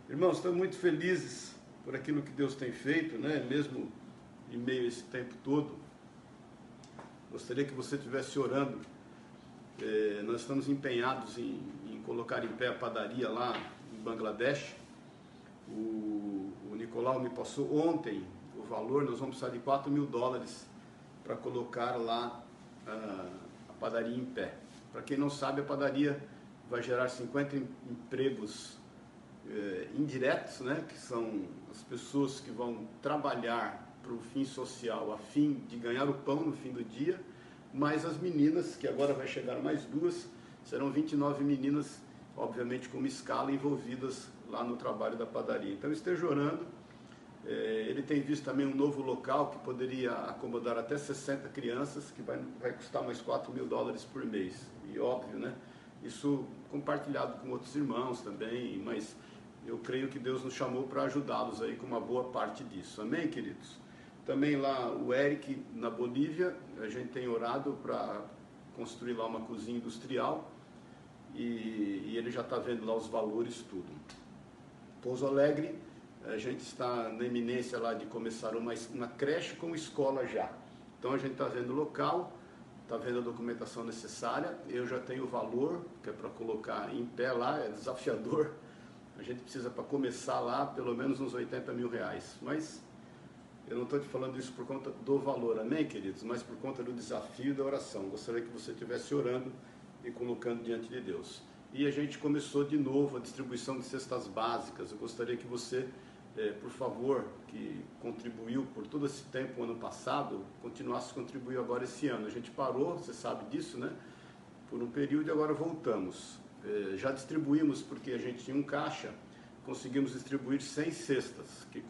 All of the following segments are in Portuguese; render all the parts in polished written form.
Irmãos, estamos muito felizes por aquilo que Deus tem feito, né? Mesmo em meio a esse tempo todo. Gostaria que você estivesse orando. Nós estamos empenhados em colocar em pé a padaria lá em Bangladesh. O Nicolau me passou ontem o valor. Nós vamos precisar de $4.000 para colocar lá a padaria em pé. Para quem não sabe, a padaria vai gerar 50 empregos indiretos, né, que são as pessoas que vão trabalhar para o fim social, a fim de ganhar o pão no fim do dia, mas as meninas, que agora vai chegar mais 2, serão 29 meninas, obviamente com uma escala, envolvidas lá no trabalho da padaria. Então esteja orando. Ele tem visto também um novo local que poderia acomodar até 60 crianças, que vai custar mais $4.000 por mês. E óbvio, né? Isso compartilhado com outros irmãos também, mas eu creio que Deus nos chamou para ajudá-los aí com uma boa parte disso. Amém, queridos? Também lá o Eric, na Bolívia, a gente tem orado para construir lá uma cozinha industrial e ele já está vendo lá os valores, tudo. Pouso Alegre, a gente está na iminência lá de começar uma creche com escola já. Então a gente está vendo o local, está vendo a documentação necessária, eu já tenho o valor, que é para colocar em pé lá, é desafiador. A gente precisa, para começar lá, pelo menos uns R$80 mil. Mas eu não estou te falando isso por conta do valor, amém, queridos? Mas por conta do desafio da oração. Gostaria que você estivesse orando e colocando diante de Deus. E a gente começou de novo a distribuição de cestas básicas. Eu gostaria que você, por favor, que contribuiu por todo esse tempo, ano passado, continuasse a contribuir agora esse ano. A gente parou, você sabe disso, né? Por um período e agora voltamos. Já distribuímos, porque a gente tinha um caixa, conseguimos distribuir 100 cestas, que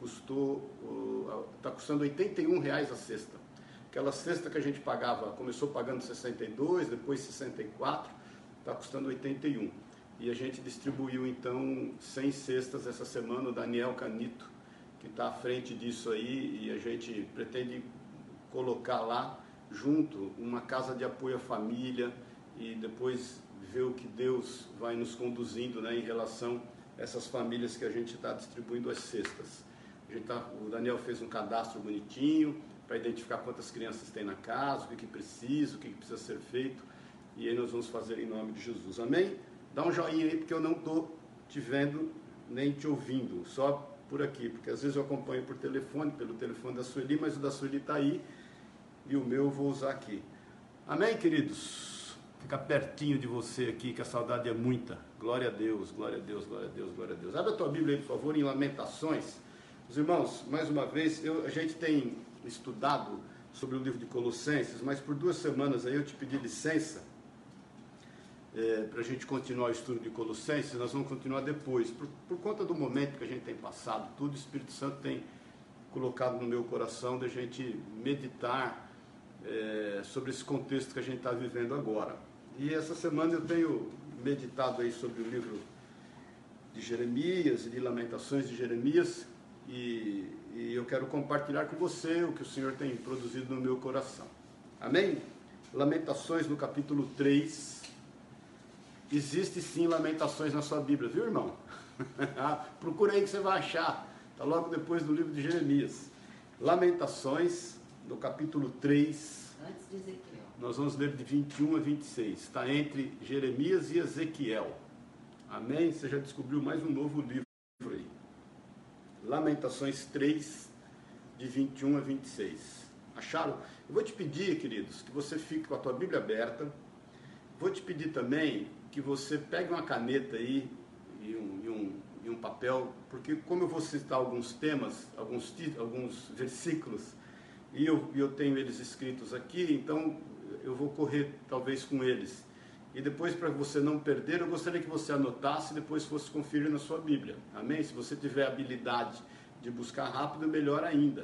está custando R$81 a cesta. Aquela cesta que a gente pagava, começou pagando 62, depois 64, está custando 81. E a gente distribuiu então 100 cestas essa semana. O Daniel Canito, que está à frente disso aí, e a gente pretende colocar lá junto uma casa de apoio à família e depois ver o que Deus vai nos conduzindo, né, em relação a essas famílias que a gente está distribuindo as cestas. O Daniel fez um cadastro bonitinho para identificar quantas crianças tem na casa, o que precisa ser feito, e aí nós vamos fazer em nome de Jesus, amém? Dá um joinha aí, porque eu não estou te vendo nem te ouvindo, só por aqui, porque às vezes eu acompanho por telefone, pelo telefone da Sueli, mas o da Sueli está aí, e o meu eu vou usar aqui. Amém, queridos? Fica pertinho de você aqui, que a saudade é muita. Glória a Deus, glória a Deus, glória a Deus, glória a Deus. Abre a tua Bíblia aí, por favor, em Lamentações. Os irmãos, mais uma vez, a gente tem estudado sobre o livro de Colossenses, mas por 2 semanas aí eu te pedi licença para a gente continuar o estudo de Colossenses. Nós vamos continuar depois. Por conta do momento que a gente tem passado, tudo o Espírito Santo tem colocado no meu coração de a gente meditar sobre esse contexto que a gente está vivendo agora. E essa semana eu tenho meditado aí sobre o livro de Jeremias e de Lamentações de Jeremias, e eu quero compartilhar com você o que o Senhor tem produzido no meu coração. Amém? Lamentações no capítulo 3. Existe sim Lamentações na sua Bíblia, viu, irmão? Procura aí que você vai achar. Está logo depois do livro de Jeremias. Lamentações no capítulo 3. Antes de Ezequiel. Nós vamos ler de 21 a 26. Está entre Jeremias e Ezequiel. Amém? Você já descobriu mais um novo livro aí. Lamentações 3, de 21 a 26. Acharam? Eu vou te pedir, queridos, que você fique com a tua Bíblia aberta. Vou te pedir também que você pegue uma caneta aí e um papel, porque como eu vou citar alguns temas, alguns versículos, e eu tenho eles escritos aqui, então eu vou correr talvez com eles. E depois, para você não perder, eu gostaria que você anotasse e depois fosse conferir na sua Bíblia. Amém? Se você tiver habilidade de buscar rápido, melhor ainda.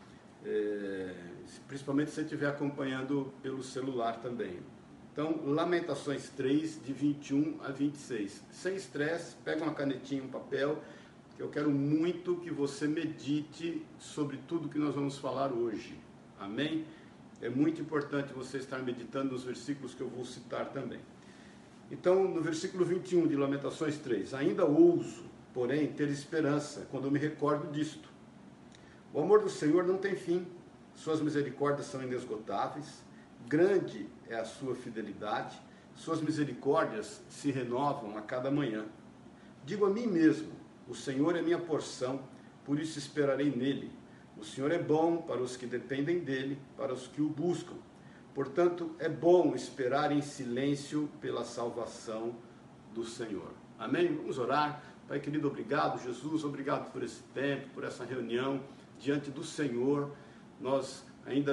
Principalmente se você estiver acompanhando pelo celular também. Então, Lamentações 3, de 21 a 26. Sem estresse, pega uma canetinha, um papel, que eu quero muito que você medite sobre tudo que nós vamos falar hoje. Amém? É muito importante você estar meditando nos versículos que eu vou citar também. Então, no versículo 21 de Lamentações 3, ainda ouso porém, ter esperança quando eu me recordo disto. O amor do Senhor não tem fim, suas misericórdias são inesgotáveis, grande é a sua fidelidade, suas misericórdias se renovam a cada manhã. Digo a mim mesmo, o Senhor é minha porção, por isso esperarei nele. O Senhor é bom para os que dependem dele, para os que o buscam. Portanto, é bom esperar em silêncio pela salvação do Senhor. Amém? Vamos orar. Pai querido, obrigado, Jesus, obrigado por esse tempo, por essa reunião diante do Senhor. Nós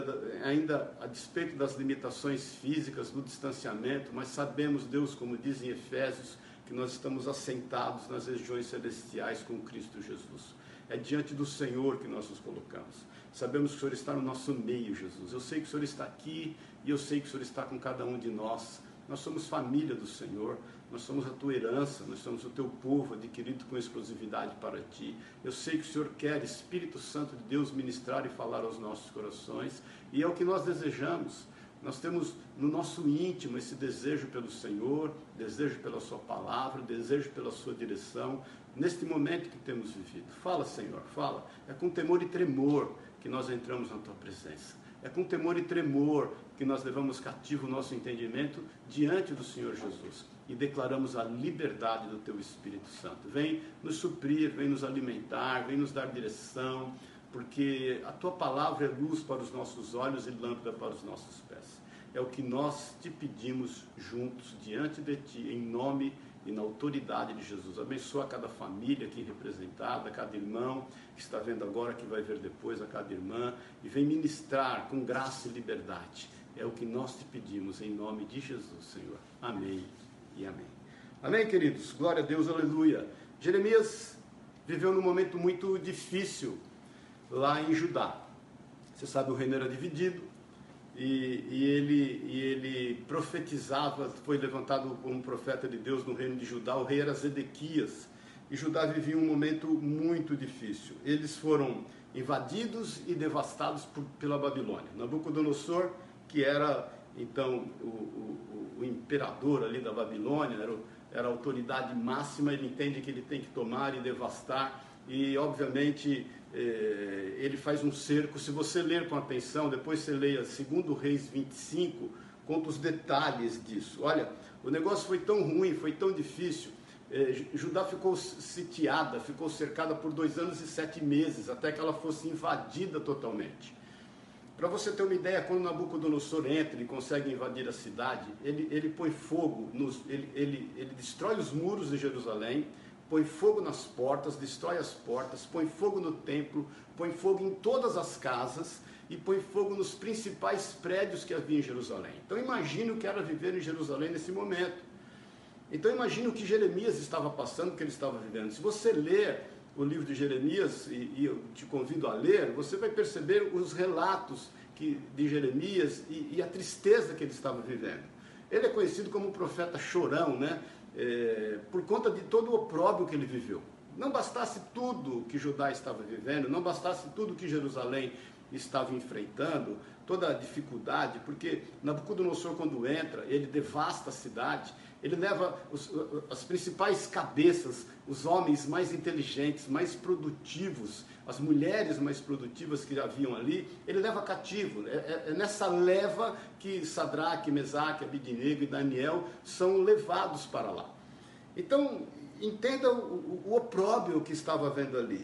ainda a despeito das limitações físicas, do distanciamento, mas sabemos, Deus, como diz em Efésios, que nós estamos assentados nas regiões celestiais com Cristo Jesus. É diante do Senhor que nós nos colocamos. Sabemos que o Senhor está no nosso meio, Jesus. Eu sei que o Senhor está aqui e eu sei que o Senhor está com cada um de nós. Nós somos família do Senhor, nós somos a tua herança, nós somos o teu povo adquirido com exclusividade para ti. Eu sei que o Senhor quer, Espírito Santo de Deus, ministrar e falar aos nossos corações, e é o que nós desejamos. Nós temos no nosso íntimo esse desejo pelo Senhor, desejo pela sua palavra, desejo pela sua direção, neste momento que temos vivido. Fala, Senhor, fala. É com temor e tremor que nós entramos na tua presença. É com temor e tremor que nós levamos cativo o nosso entendimento diante do Senhor Jesus e declaramos a liberdade do teu Espírito Santo. Vem nos suprir, vem nos alimentar, vem nos dar direção, porque a tua palavra é luz para os nossos olhos e lâmpada para os nossos pés. É o que nós te pedimos juntos diante de ti, em nome e na autoridade de Jesus. Abençoa cada família aqui representada, cada irmão que está vendo agora, que vai ver depois, a cada irmã, e vem ministrar com graça e liberdade. É o que nós te pedimos em nome de Jesus, Senhor. Amém e amém. Amém, queridos? Glória a Deus, aleluia. Jeremias viveu num momento muito difícil lá em Judá. Você sabe, o reino era dividido, e ele profetizava, foi levantado como profeta de Deus no reino de Judá. O rei era Zedequias, e Judá vivia um momento muito difícil. Eles foram invadidos e devastados pela Babilônia. Nabucodonosor, que era então o imperador ali da Babilônia, era a autoridade máxima. Ele entende que ele tem que tomar e devastar, e obviamente ele faz um cerco. Se você ler com atenção, depois você leia 2 Reis 25, conta os detalhes disso. Olha, o negócio foi tão ruim, foi tão difícil, Judá ficou sitiada, ficou cercada por 2 anos e 7 meses, até que ela fosse invadida totalmente. Para você ter uma ideia, quando Nabucodonosor entra e consegue invadir a cidade, ele põe fogo, ele destrói os muros de Jerusalém, põe fogo nas portas, destrói as portas, põe fogo no templo, põe fogo em todas as casas e põe fogo nos principais prédios que havia em Jerusalém. Então imagine o que era viver em Jerusalém nesse momento. Então imagine o que Jeremias estava passando, o que ele estava vivendo. Se você ler o livro de Jeremias, e eu te convido a ler, você vai perceber os relatos de Jeremias e a tristeza que ele estava vivendo. Ele é conhecido como o profeta chorão, né? Por conta de todo o opróbrio que ele viveu. Não bastasse tudo que Judá estava vivendo, não bastasse tudo que Jerusalém estava enfrentando, toda a dificuldade, porque Nabucodonosor, quando entra, ele devasta a cidade, ele leva as principais cabeças, os homens mais inteligentes, mais produtivos, as mulheres mais produtivas que haviam ali, ele leva cativo. É nessa leva que Sadraque, Mesaque, Abidnego e Daniel são levados para lá. Então, entenda o opróbrio que estava havendo ali.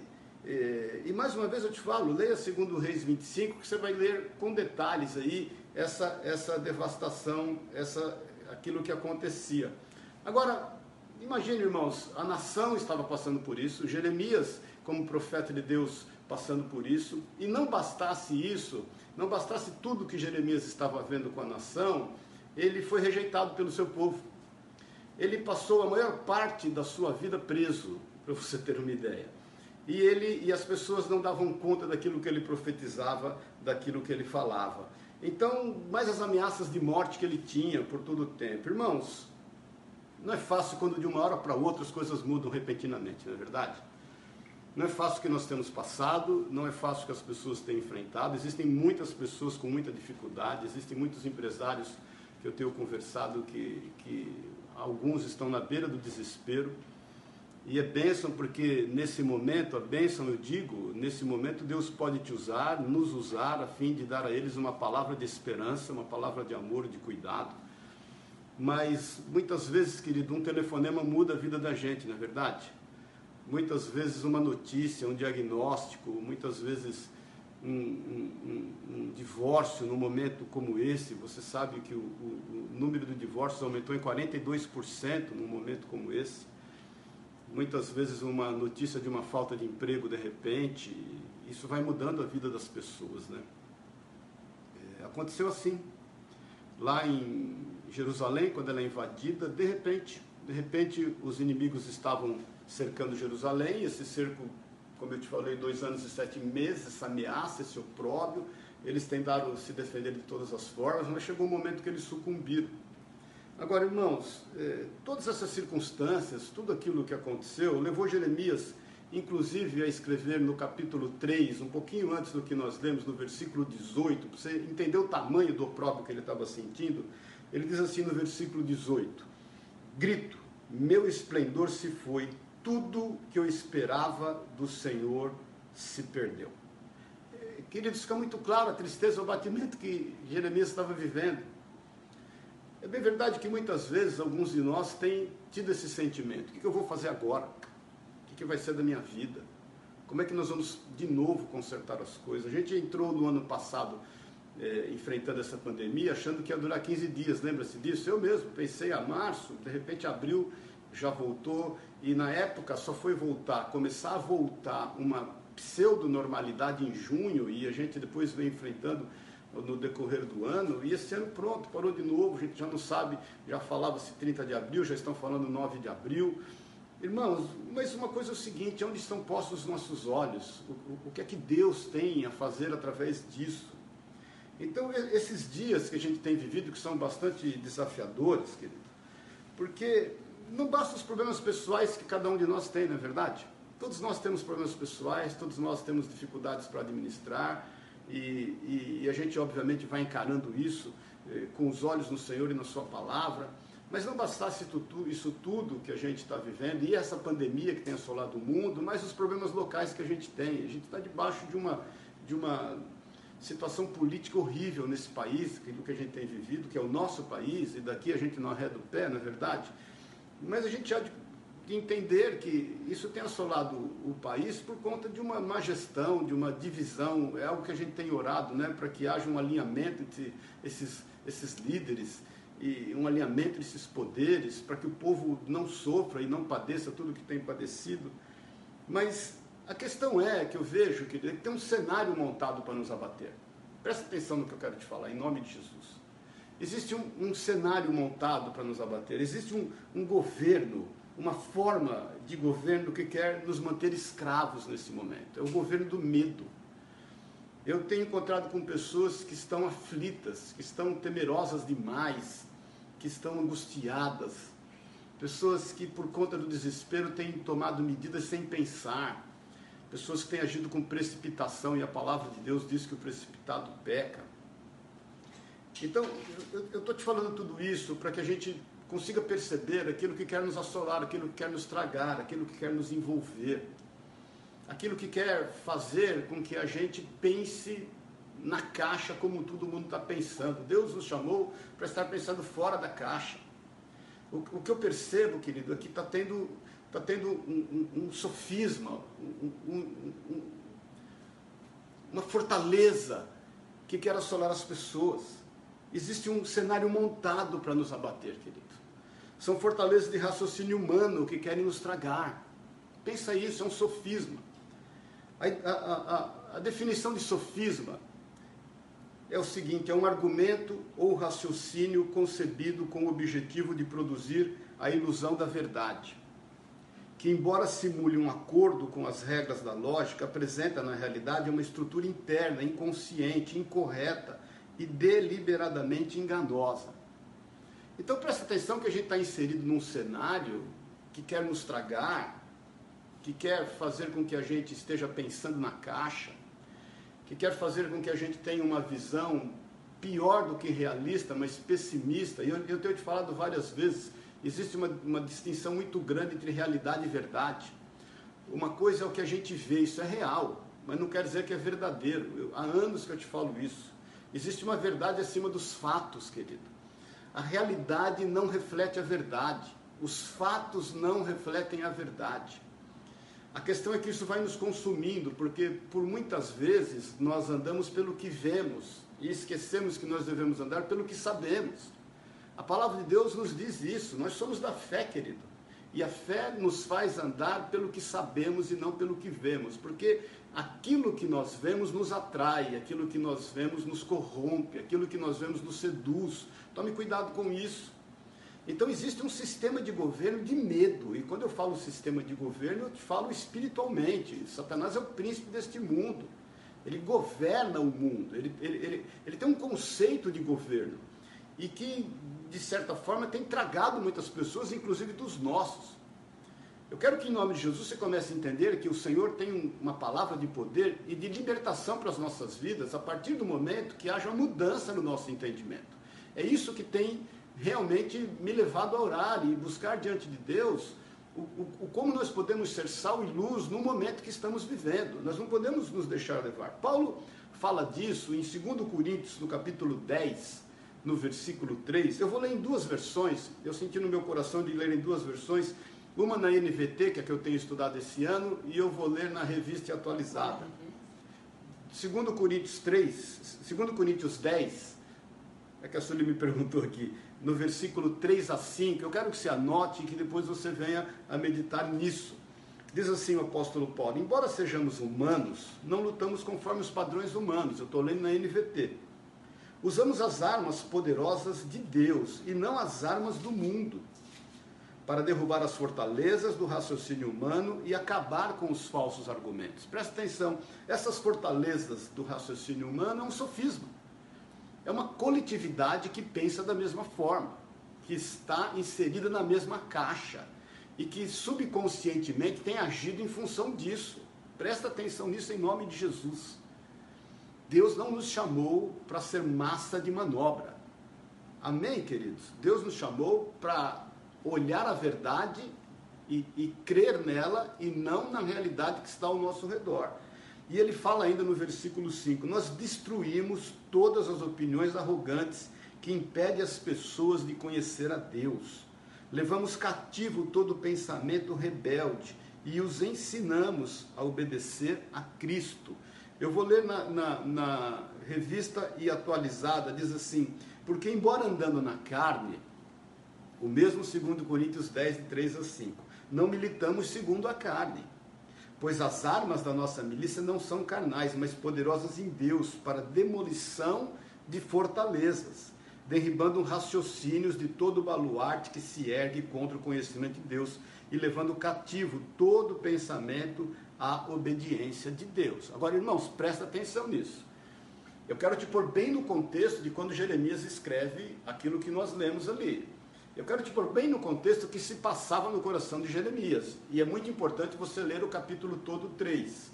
E mais uma vez eu te falo, leia 2 Reis 25, que você vai ler com detalhes aí essa devastação, aquilo que acontecia. Agora, imagine, irmãos, a nação estava passando por isso, Jeremias, como profeta de Deus, passando por isso, e não bastasse isso, não bastasse tudo que Jeremias estava vendo com a nação, ele foi rejeitado pelo seu povo. Ele passou a maior parte da sua vida preso, para você ter uma ideia. E as pessoas não davam conta daquilo que ele profetizava, daquilo que ele falava. Então, mais as ameaças de morte que ele tinha por todo o tempo. Irmãos, não é fácil quando de uma hora para outra as coisas mudam repentinamente, não é verdade? Não é fácil o que nós temos passado, não é fácil o que as pessoas têm enfrentado. Existem muitas pessoas com muita dificuldade, existem muitos empresários que eu tenho conversado que alguns estão na beira do desespero. E é bênção porque nesse momento, a bênção eu digo, nesse momento Deus pode te usar, nos usar, a fim de dar a eles uma palavra de esperança, uma palavra de amor, de cuidado. Mas muitas vezes, querido, um telefonema muda a vida da gente, não é verdade? Muitas vezes uma notícia, um diagnóstico, muitas vezes um divórcio num momento como esse. Você sabe que o número de divórcios aumentou em 42% num momento como esse. Muitas vezes uma notícia de uma falta de emprego de repente, isso vai mudando a vida das pessoas, né? Aconteceu assim, lá em Jerusalém, quando ela é invadida, de repente os inimigos estavam cercando Jerusalém, esse cerco, como eu te falei, 2 anos e 7 meses, essa ameaça, esse opróbrio, eles tentaram se defender de todas as formas, mas chegou um momento que eles sucumbiram. Agora, irmãos, todas essas circunstâncias, tudo aquilo que aconteceu, levou Jeremias, inclusive, a escrever no capítulo 3, um pouquinho antes do que nós lemos, no versículo 18, para você entender o tamanho do opróbrio que ele estava sentindo. Ele diz assim no versículo 18: grito, meu esplendor se foi, tudo que eu esperava do Senhor se perdeu. Queridos, fica muito claro a tristeza, o abatimento que Jeremias estava vivendo. É bem verdade que muitas vezes alguns de nós têm tido esse sentimento: o que eu vou fazer agora? O que vai ser da minha vida? Como é que nós vamos de novo consertar as coisas? A gente entrou no ano passado enfrentando essa pandemia achando que ia durar 15 dias, lembra-se disso? Eu mesmo pensei a março, de repente abril já voltou, e na época só foi começar a voltar uma pseudo-normalidade em junho, e a gente depois vem enfrentando no decorrer do ano, e esse ano pronto, parou de novo, a gente já não sabe, já falava-se 30 de abril, já estão falando 9 de abril. Irmãos, mas uma coisa é o seguinte: onde estão postos os nossos olhos? O que é que Deus tem a fazer através disso? Então, esses dias que a gente tem vivido, que são bastante desafiadores, querido, porque não basta os problemas pessoais que cada um de nós tem, não é verdade? Todos nós temos problemas pessoais, todos nós temos dificuldades para administrar, e a gente obviamente vai encarando isso com os olhos no Senhor e na sua palavra. Mas não bastasse isso tudo que a gente está vivendo, e essa pandemia que tem assolado o mundo, mas os problemas locais que a gente tem. A gente está debaixo de uma situação política horrível nesse país, aquilo que a gente tem vivido, que é o nosso país, e daqui a gente não arreda o pé, não é verdade? Mas a gente há de entender que isso tem assolado o país por conta de uma má gestão, de uma divisão. É algo que a gente tem orado, né, para que haja um alinhamento entre esses líderes, e um alinhamento desses poderes, para que o povo não sofra e não padeça tudo que tem padecido. Mas a questão é que eu vejo que tem um cenário montado para nos abater. Presta atenção no que eu quero te falar, em nome de Jesus. Existe um cenário montado para nos abater, existe um governo, uma forma de governo que quer nos manter escravos nesse momento. É o governo do medo. Eu tenho encontrado com pessoas que estão aflitas, que estão temerosas demais, que estão angustiadas, pessoas que por conta do desespero têm tomado medidas sem pensar, pessoas que têm agido com precipitação, e a palavra de Deus diz que o precipitado peca. Então, eu estou te falando tudo isso para que a gente consiga perceber aquilo que quer nos assolar, aquilo que quer nos tragar, aquilo que quer nos envolver, aquilo que quer fazer com que a gente pense na caixa como todo mundo está pensando. Deus nos chamou para estar pensando fora da caixa. O que eu percebo, querido, é que está tendo um sofisma, uma fortaleza que quer assolar as pessoas. Existe um cenário montado para nos abater, querido. São fortalezas de raciocínio humano que querem nos tragar. Pensa isso, é um sofisma. A definição de sofisma é o seguinte: é um argumento ou raciocínio concebido com o objetivo de produzir a ilusão da verdade, que, embora simule um acordo com as regras da lógica, apresenta na realidade uma estrutura interna, inconsciente, incorreta e deliberadamente enganosa. Então presta atenção que a gente está inserido num cenário que quer nos tragar, que quer fazer com que a gente esteja pensando na caixa, que quer fazer com que a gente tenha uma visão pior do que realista, mas pessimista. E eu tenho te falado várias vezes existe uma distinção muito grande entre realidade e verdade. Uma coisa é o que a gente vê, isso é real, mas não quer dizer que é verdadeiro. Há anos que eu te falo isso. Existe uma verdade acima dos fatos, querido. A realidade não reflete a verdade. Os fatos não refletem a verdade. A questão é que isso vai nos consumindo, porque por muitas vezes nós andamos pelo que vemos e esquecemos que nós devemos andar pelo que sabemos. A palavra de Deus nos diz isso, nós somos da fé, querido. E a fé nos faz andar pelo que sabemos e não pelo que vemos, porque aquilo que nós vemos nos atrai, aquilo que nós vemos nos corrompe, aquilo que nós vemos nos seduz. Tome cuidado com isso. Então existe um sistema de governo de medo, e quando eu falo sistema de governo, eu te falo espiritualmente. Satanás é o príncipe deste mundo, ele governa o mundo, ele tem um conceito de governo, e que, de certa forma, tem tragado muitas pessoas, inclusive dos nossos. Eu quero que, em nome de Jesus, você comece a entender que o Senhor tem uma palavra de poder e de libertação para as nossas vidas, a partir do momento que haja uma mudança no nosso entendimento. É isso que tem realmente me levado a orar e buscar diante de Deus como nós podemos ser sal e luz no momento que estamos vivendo. Nós não podemos nos deixar levar. Paulo fala disso em 2 Coríntios, no capítulo 10, no versículo 3. Eu vou ler em duas versões, eu senti no meu coração de ler em duas versões, uma na NVT, que é a que eu tenho estudado esse ano, e eu vou ler na Revista Atualizada. 2 Coríntios 3, 2 Coríntios 10, é que a Sueli me perguntou aqui, no versículo 3 a 5, eu quero que você anote e que depois você venha a meditar nisso. Diz assim o apóstolo Paulo: embora sejamos humanos, não lutamos conforme os padrões humanos. Eu estou lendo na NVT. Usamos as armas poderosas de Deus e não as armas do mundo, para derrubar as fortalezas do raciocínio humano e acabar com os falsos argumentos. Presta atenção, essas fortalezas do raciocínio humano é um sofisma. É uma coletividade que pensa da mesma forma, que está inserida na mesma caixa e que subconscientemente tem agido em função disso. Presta atenção nisso em nome de Jesus. Deus não nos chamou para ser massa de manobra. Amém, queridos? Deus nos chamou para olhar a verdade e crer nela e não na realidade que está ao nosso redor. E ele fala ainda no versículo 5, nós destruímos todas as opiniões arrogantes que impedem as pessoas de conhecer a Deus. Levamos cativo todo pensamento rebelde e os ensinamos a obedecer a Cristo. Eu vou ler na Revista e Atualizada, diz assim, porque embora andando na carne, o mesmo 2 Coríntios 10, de 3 a 5, não militamos segundo a carne, pois as armas da nossa milícia não são carnais, mas poderosas em Deus, para demolição de fortalezas, derribando raciocínios de todo baluarte que se ergue contra o conhecimento de Deus, e levando cativo todo pensamento à obediência de Deus. Agora, irmãos, presta atenção nisso. Eu quero te pôr bem no contexto de quando Jeremias escreve aquilo que nós lemos ali. Eu quero te pôr bem no contexto que se passava no coração de Jeremias. E é muito importante você ler o capítulo todo 3.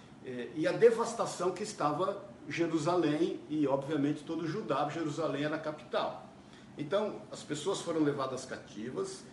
E a devastação que estava Jerusalém e, obviamente, todo Judá. Jerusalém era a capital. Então, as pessoas foram levadas cativas.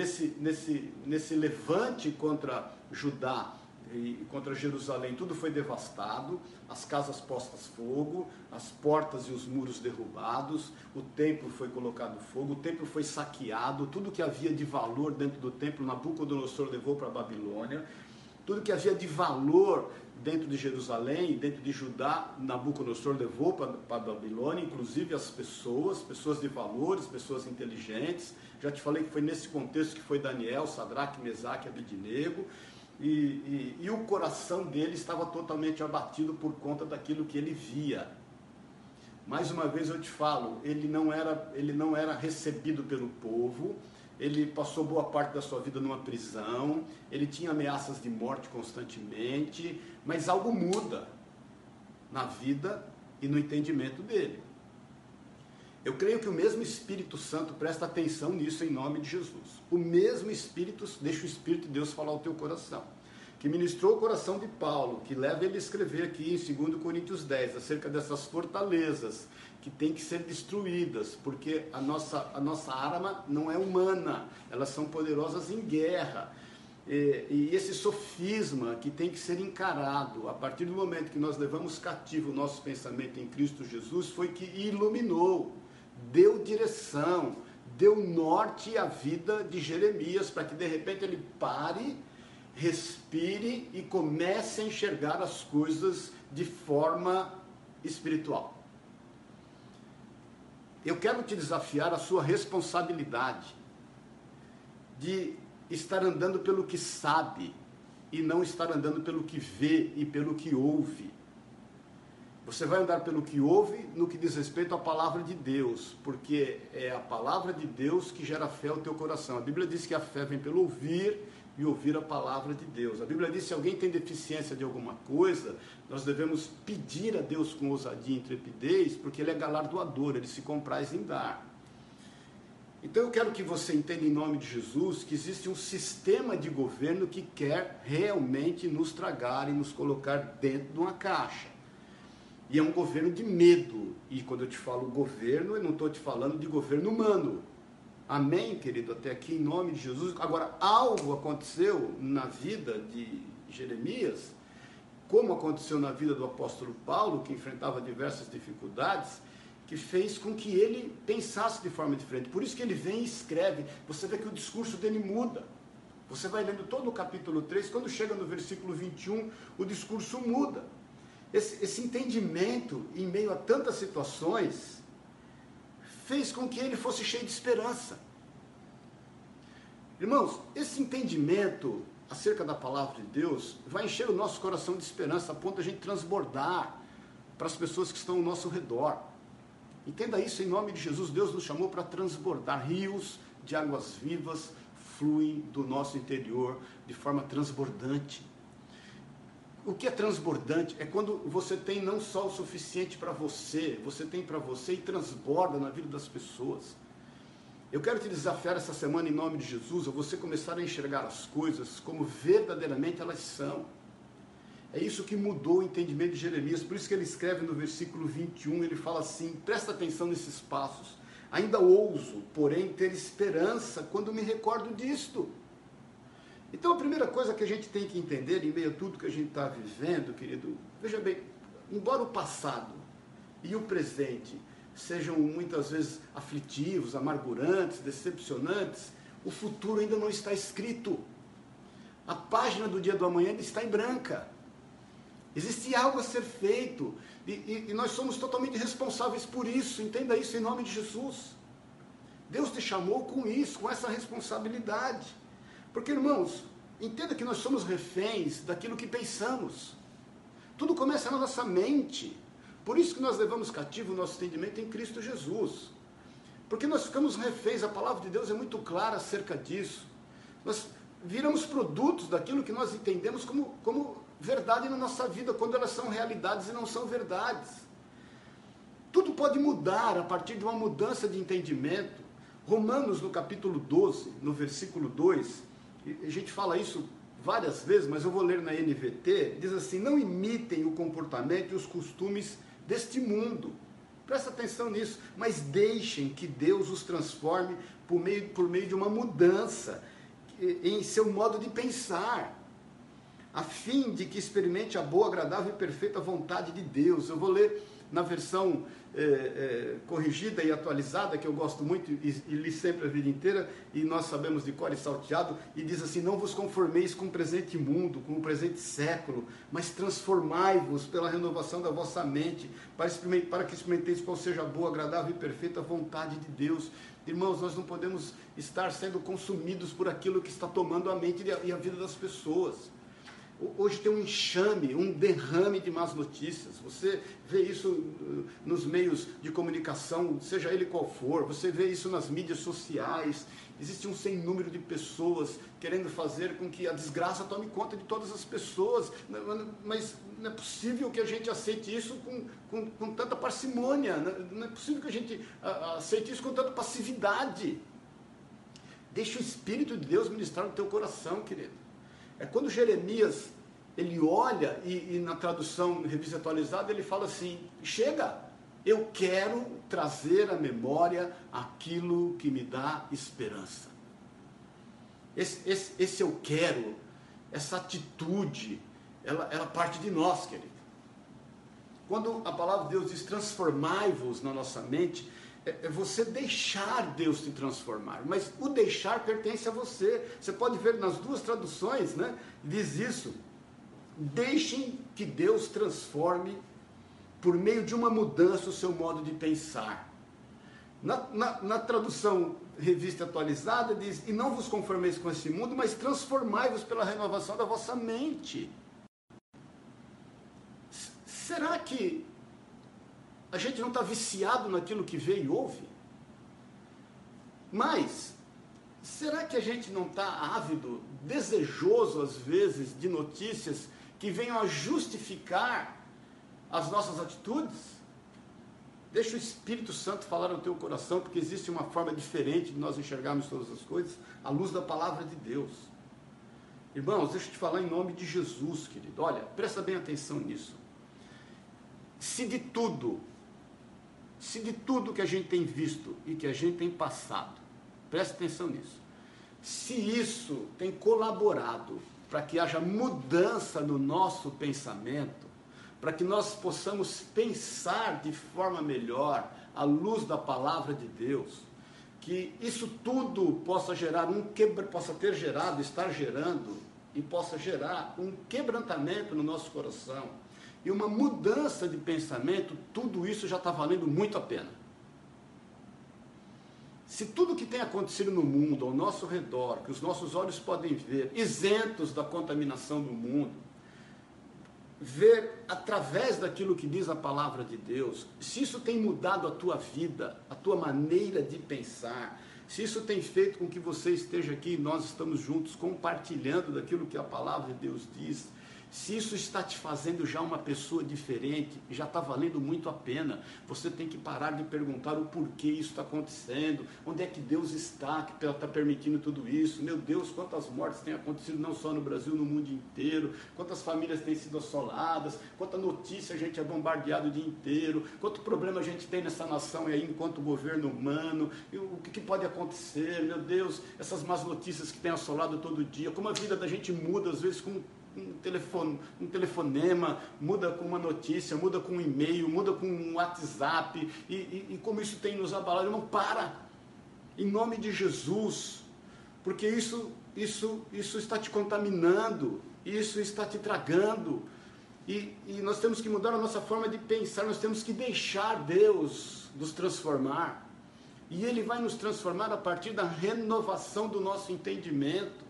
Nesse levante contra Judá e contra Jerusalém, tudo foi devastado, as casas postas fogo, as portas e os muros derrubados, o templo foi colocado fogo, o templo foi saqueado, tudo que havia de valor dentro do templo, Nabucodonosor levou para a Babilônia, tudo que havia de valor dentro de Jerusalém, dentro de Judá, Nabucodonosor levou para a Babilônia, inclusive as pessoas de valores, pessoas inteligentes. Já te falei que foi nesse contexto que foi Daniel, Sadraque, Mesaque e Abednego, e o coração dele estava totalmente abatido por conta daquilo que ele via. Mais uma vez eu te falo, ele não era recebido pelo povo, ele passou boa parte da sua vida numa prisão, ele tinha ameaças de morte constantemente, mas algo muda na vida e no entendimento dele. Eu creio que o mesmo Espírito Santo, presta atenção nisso em nome de Jesus. O mesmo Espírito, deixa o Espírito de Deus falar ao teu coração. que ministrou o coração de Paulo, que leva ele a escrever aqui em 2 Coríntios 10, acerca dessas fortalezas que têm que ser destruídas, porque a nossa arma não é humana, elas são poderosas em guerra. E esse sofisma que tem que ser encarado, a partir do momento que nós levamos cativo o nosso pensamento em Cristo Jesus, foi que iluminou, deu direção, deu norte à vida de Jeremias, para que de repente ele pare, respire e comece a enxergar as coisas de forma espiritual. Eu quero te desafiar a sua responsabilidade de estar andando pelo que sabe e não estar andando pelo que vê e pelo que ouve. Você vai andar pelo que ouve no que diz respeito à palavra de Deus, porque é a palavra de Deus que gera fé ao teu coração. A Bíblia diz que a fé vem pelo ouvir e ouvir a palavra de Deus. A Bíblia diz que se alguém tem deficiência de alguma coisa, nós devemos pedir a Deus com ousadia e intrepidez, porque Ele é galardoador, Ele se compraz em dar. Então eu quero que você entenda em nome de Jesus que existe um sistema de governo que quer realmente nos tragar e nos colocar dentro de uma caixa. E é um governo de medo. E quando eu te falo governo, eu não estou te falando de governo humano. Amém, querido? Até aqui em nome de Jesus. Agora, algo aconteceu na vida de Jeremias, como aconteceu na vida do apóstolo Paulo, que enfrentava diversas dificuldades, que fez com que ele pensasse de forma diferente. Por isso que ele vem e escreve. Você vê que o discurso dele muda. Você vai lendo todo o capítulo 3, quando chega no versículo 21, o discurso muda. Esse entendimento, em meio a tantas situações, fez com que ele fosse cheio de esperança. Irmãos, esse entendimento acerca da palavra de Deus vai encher o nosso coração de esperança, a ponto de a gente transbordar para as pessoas que estão ao nosso redor. Entenda isso em nome de Jesus. Deus nos chamou para transbordar. Rios de águas vivas fluem do nosso interior de forma transbordante. O que é transbordante é quando você tem não só o suficiente para você, você tem para você e transborda na vida das pessoas. Eu quero te desafiar essa semana em nome de Jesus, a você começar a enxergar as coisas como verdadeiramente elas são. É isso que mudou o entendimento de Jeremias, por isso que ele escreve no versículo 21, ele fala assim, presta atenção nesses passos, ainda ouso, porém, ter esperança quando me recordo disto. Então a primeira coisa que a gente tem que entender, em meio a tudo que a gente está vivendo, querido, veja bem, embora o passado e o presente sejam muitas vezes aflitivos, amargurantes, decepcionantes, o futuro ainda não está escrito. A página do dia do amanhã ainda está em branca. Existe algo a ser feito e nós somos totalmente responsáveis por isso, entenda isso em nome de Jesus. Deus te chamou com isso, com essa responsabilidade. Porque, irmãos, entenda que nós somos reféns daquilo que pensamos. Tudo começa na nossa mente. Por isso que nós levamos cativo o nosso entendimento em Cristo Jesus. Porque nós ficamos reféns, a palavra de Deus é muito clara acerca disso. Nós viramos produtos daquilo que nós entendemos como verdade na nossa vida, quando elas são realidades e não são verdades. Tudo pode mudar a partir de uma mudança de entendimento. Romanos, no capítulo 12, no versículo 2, a gente fala isso várias vezes, mas eu vou ler na NVT, diz assim, não imitem o comportamento e os costumes deste mundo. Presta atenção nisso, mas deixem que Deus os transforme por meio de uma mudança em seu modo de pensar, a fim de que experimente a boa, agradável e perfeita vontade de Deus. Eu vou ler na versão corrigida e atualizada, que eu gosto muito e li sempre a vida inteira, e nós sabemos de cor e salteado, e diz assim, não vos conformeis com o presente mundo, com o presente século, mas transformai-vos pela renovação da vossa mente, para que experimenteis qual seja a boa, agradável e perfeita vontade de Deus. Irmãos, nós não podemos estar sendo consumidos por aquilo que está tomando a mente e a vida das pessoas. Hoje tem um enxame, um derrame de más notícias. Você vê isso nos meios de comunicação, seja ele qual for. Você vê isso nas mídias sociais. Existe um sem número de pessoas querendo fazer com que a desgraça tome conta de todas as pessoas. Mas não é possível que a gente aceite isso com tanta parcimônia. Não é possível que a gente aceite isso com tanta passividade. Deixa o Espírito de Deus ministrar no teu coração, querido. É quando Jeremias, ele olha e na tradução Revista Atualizada, ele fala assim, chega, eu quero trazer à memória aquilo que me dá esperança. Esse eu quero, essa atitude, ela parte de nós, querido. Quando a palavra de Deus diz transformai-vos na nossa mente, é você deixar Deus te transformar, mas o deixar pertence a você. Você pode ver nas duas traduções, né? Diz isso, deixem que Deus transforme por meio de uma mudança o seu modo de pensar. Na tradução Revista Atualizada diz, e não vos conformeis com esse mundo, mas transformai-vos pela renovação da vossa mente. Será que a gente não está viciado naquilo que vê e ouve? Mas, será que a gente não está ávido, desejoso às vezes de notícias que venham a justificar as nossas atitudes? Deixa o Espírito Santo falar no teu coração, porque existe uma forma diferente de nós enxergarmos todas as coisas à luz da palavra de Deus. Irmãos, deixa eu te falar em nome de Jesus, querido. Olha, presta bem atenção nisso. Se de tudo que a gente tem visto e que a gente tem passado, presta atenção nisso, se isso tem colaborado para que haja mudança no nosso pensamento, para que nós possamos pensar de forma melhor à luz da palavra de Deus, que isso tudo possa gerar possa ter gerado, estar gerando e possa gerar um quebrantamento no nosso coração e uma mudança de pensamento, tudo isso já está valendo muito a pena. Se tudo que tem acontecido no mundo, ao nosso redor, que os nossos olhos podem ver, isentos da contaminação do mundo, ver através daquilo que diz a palavra de Deus, se isso tem mudado a tua vida, a tua maneira de pensar, se isso tem feito com que você esteja aqui e nós estamos juntos compartilhando daquilo que a palavra de Deus diz, se isso está te fazendo já uma pessoa diferente, já está valendo muito a pena. Você tem que parar de perguntar o porquê isso está acontecendo, onde é que Deus está, que está permitindo tudo isso. Meu Deus, quantas mortes têm acontecido não só no Brasil, no mundo inteiro, quantas famílias têm sido assoladas, quanta notícia a gente é bombardeado o dia inteiro, quanto problema a gente tem nessa nação aí enquanto governo humano, e o que pode acontecer, meu Deus, essas más notícias que tem assolado todo dia, como a vida da gente muda às vezes com um telefonema, muda com uma notícia, muda com um e-mail, muda com um WhatsApp, e como isso tem nos abalado. Irmão, para, em nome de Jesus, porque isso está te contaminando, isso está te tragando, e nós temos que mudar a nossa forma de pensar, nós temos que deixar Deus nos transformar, e Ele vai nos transformar a partir da renovação do nosso entendimento.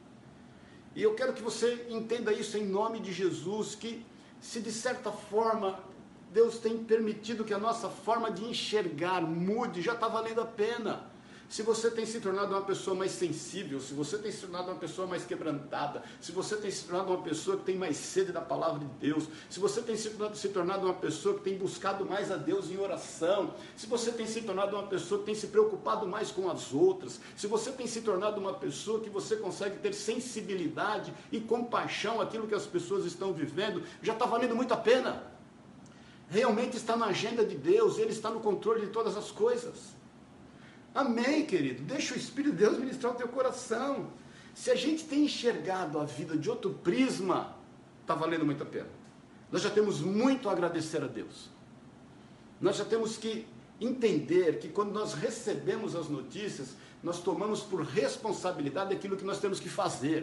E eu quero que você entenda isso em nome de Jesus, que se de certa forma Deus tem permitido que a nossa forma de enxergar mude, já está valendo a pena. Se você tem se tornado uma pessoa mais sensível, se você tem se tornado uma pessoa mais quebrantada, se você tem se tornado uma pessoa que tem mais sede da palavra de Deus, se você tem se tornado uma pessoa que tem buscado mais a Deus em oração, se você tem se tornado uma pessoa que tem se preocupado mais com as outras, se você tem se tornado uma pessoa que você consegue ter sensibilidade e compaixão àquilo que as pessoas estão vivendo, já está valendo muito a pena. Realmente está na agenda de Deus, Ele está no controle de todas as coisas. Amém, querido? Deixa o Espírito de Deus ministrar o teu coração. Se a gente tem enxergado a vida de outro prisma, está valendo muito a pena. Nós já temos muito a agradecer a Deus. Nós já temos que entender que quando nós recebemos as notícias, nós tomamos por responsabilidade aquilo que nós temos que fazer.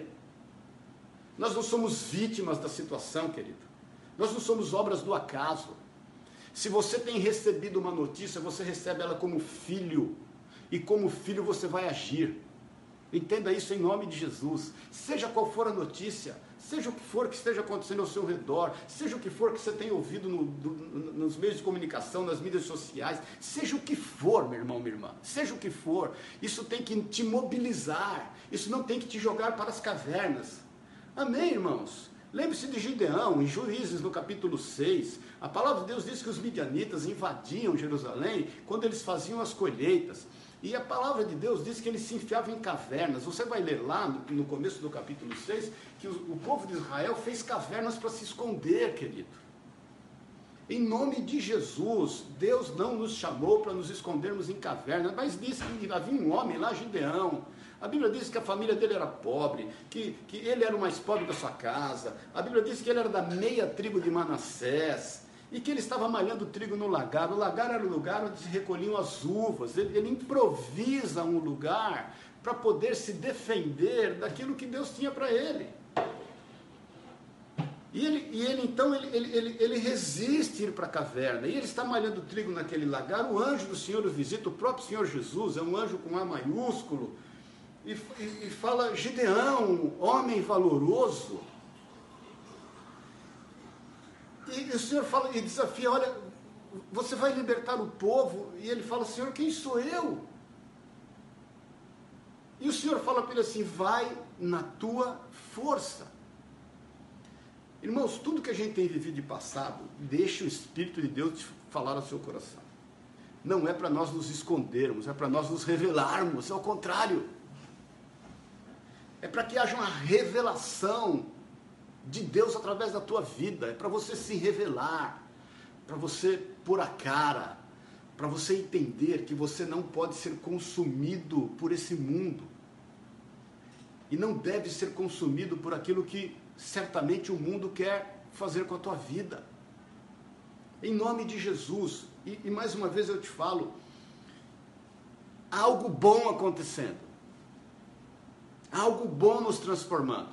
Nós não somos vítimas da situação, querido. Nós não somos obras do acaso. Se você tem recebido uma notícia, você recebe ela como filho. E como filho você vai agir. Entenda isso em nome de Jesus. Seja qual for a notícia, seja o que for que esteja acontecendo ao seu redor, seja o que for que você tenha ouvido nos meios de comunicação, nas mídias sociais, seja o que for, meu irmão, minha irmã, seja o que for, isso tem que te mobilizar, isso não tem que te jogar para as cavernas. Amém, irmãos? Lembre-se de Gideão, em Juízes, no capítulo 6, a palavra de Deus diz que os midianitas invadiam Jerusalém quando eles faziam as colheitas. E a palavra de Deus diz que ele se enfiava em cavernas. Você vai ler lá no começo do capítulo 6, que o povo de Israel fez cavernas para se esconder, querido. Em nome de Jesus, Deus não nos chamou para nos escondermos em cavernas, mas disse que havia um homem lá, Gideão. A Bíblia diz que a família dele era pobre, que ele era o mais pobre da sua casa. A Bíblia diz que ele era da meia tribo de Manassés, e que ele estava malhando trigo no lagar. O lagar era o lugar onde se recolhiam as uvas. Ele improvisa um lugar para poder se defender daquilo que Deus tinha para ele. E ele então resiste ir para a caverna, e ele está malhando trigo naquele lagar. O anjo do Senhor o visita, o próprio Senhor Jesus, é um anjo com A maiúsculo, e fala: Gideão, homem valoroso. E o Senhor fala e desafia: olha, você vai libertar o povo? E ele fala: Senhor, quem sou eu? E o Senhor fala para ele assim: vai na tua força. Irmãos, tudo que a gente tem vivido de passado, deixa o Espírito de Deus falar ao seu coração. Não é para nós nos escondermos, é para nós nos revelarmos, é o contrário. É para que haja uma revelação de Deus através da tua vida, é para você se revelar, para você pôr a cara, para você entender que você não pode ser consumido por esse mundo, e não deve ser consumido por aquilo que certamente o mundo quer fazer com a tua vida. Em nome de Jesus, e mais uma vez eu te falo, há algo bom acontecendo, há algo bom nos transformando.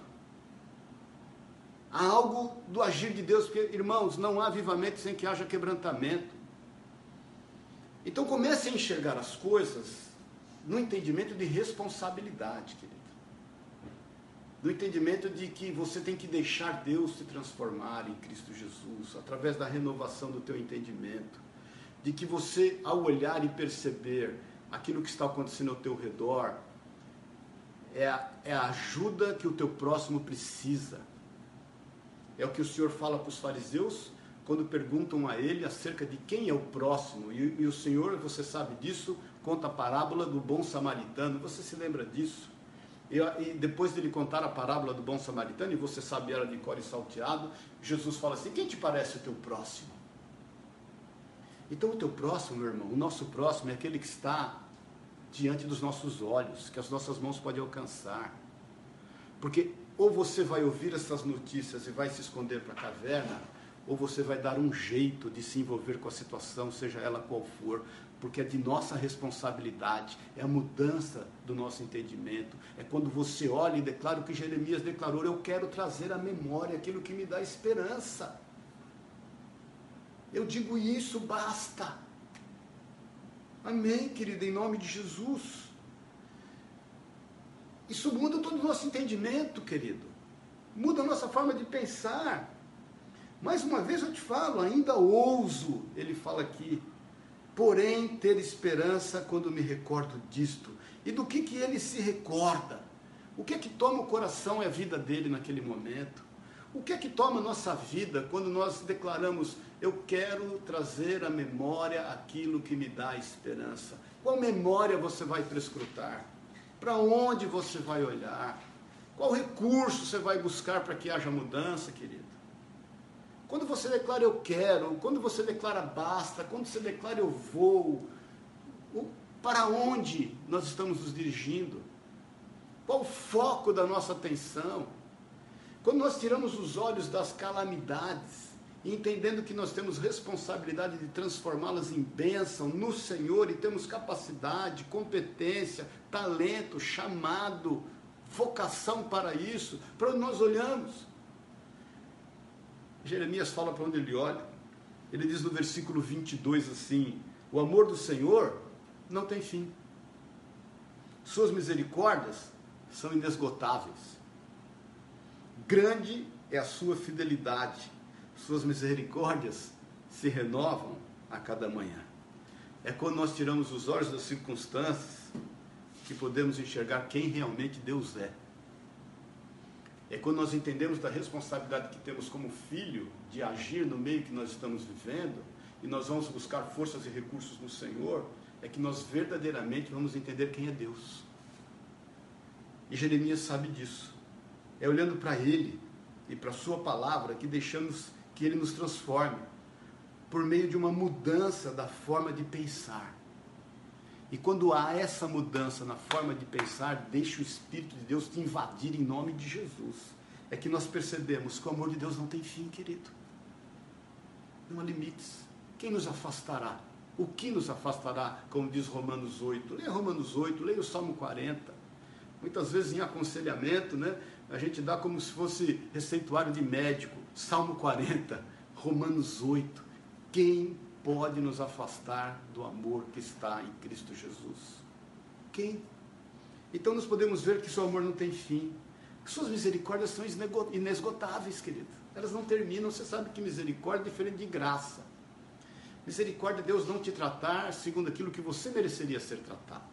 Há algo do agir de Deus, porque, irmãos, não há avivamento sem que haja quebrantamento. Então comece a enxergar as coisas no entendimento de responsabilidade, querido. No entendimento de que você tem que deixar Deus te transformar em Cristo Jesus, através da renovação do teu entendimento. De que você, ao olhar e perceber aquilo que está acontecendo ao teu redor, é a ajuda que o teu próximo precisa. É o que o Senhor fala para os fariseus, quando perguntam a ele acerca de quem é o próximo. E o Senhor, você sabe disso, conta a parábola do bom samaritano. Você se lembra disso? E depois dele contar a parábola do bom samaritano, e você sabe, era de cor e salteado, Jesus fala assim: quem te parece o teu próximo? Então o teu próximo, meu irmão, o nosso próximo é aquele que está diante dos nossos olhos, que as nossas mãos podem alcançar. Porque ou você vai ouvir essas notícias e vai se esconder para a caverna, ou você vai dar um jeito de se envolver com a situação, seja ela qual for, porque é de nossa responsabilidade, é a mudança do nosso entendimento, é quando você olha e declara o que Jeremias declarou: eu quero trazer à memória aquilo que me dá esperança. Eu digo isso, basta. Amém, querido, em nome de Jesus. Isso muda todo o nosso entendimento, querido. Muda a nossa forma de pensar. Mais uma vez eu te falo, ainda ouso, ele fala aqui, porém ter esperança quando me recordo disto. E do que ele se recorda? O que é que toma o coração e a vida dele naquele momento? O que é que toma a nossa vida quando nós declaramos: eu quero trazer à memória aquilo que me dá esperança? Qual memória você vai prescrutar? Para onde você vai olhar? Qual recurso você vai buscar para que haja mudança, querido? Quando você declara eu quero, quando você declara basta, quando você declara eu vou, para onde nós estamos nos dirigindo? Qual o foco da nossa atenção? Quando nós tiramos os olhos das calamidades, entendendo que nós temos responsabilidade de transformá-las em bênção no Senhor, e temos capacidade, competência, talento, chamado, vocação para isso, para onde nós olhamos? Jeremias fala para onde ele olha. Ele diz no versículo 22 assim: o amor do Senhor não tem fim, suas misericórdias são inesgotáveis, grande é a sua fidelidade, suas misericórdias se renovam a cada manhã. É quando nós tiramos os olhos das circunstâncias que podemos enxergar quem realmente Deus é. É quando nós entendemos da responsabilidade que temos como filho de agir no meio que nós estamos vivendo, e nós vamos buscar forças e recursos no Senhor, é que nós verdadeiramente vamos entender quem é Deus. E Jeremias sabe disso. É olhando para ele e para a sua palavra que deixamos que ele nos transforme por meio de uma mudança da forma de pensar. E quando há essa mudança na forma de pensar, deixa o Espírito de Deus te invadir em nome de Jesus. É que nós percebemos que o amor de Deus não tem fim, querido. Não há limites. Quem nos afastará? O que nos afastará? Como diz Romanos 8. Leia Romanos 8, leia o Salmo 40. Muitas vezes em aconselhamento, né, a gente dá como se fosse receituário de médico. Salmo 40, Romanos 8. Quem pode nos afastar do amor que está em Cristo Jesus? Quem? Então nós podemos ver que seu amor não tem fim. Suas misericórdias são inesgotáveis, querido. Elas não terminam. Você sabe que misericórdia é diferente de graça. Misericórdia é Deus não te tratar segundo aquilo que você mereceria ser tratado.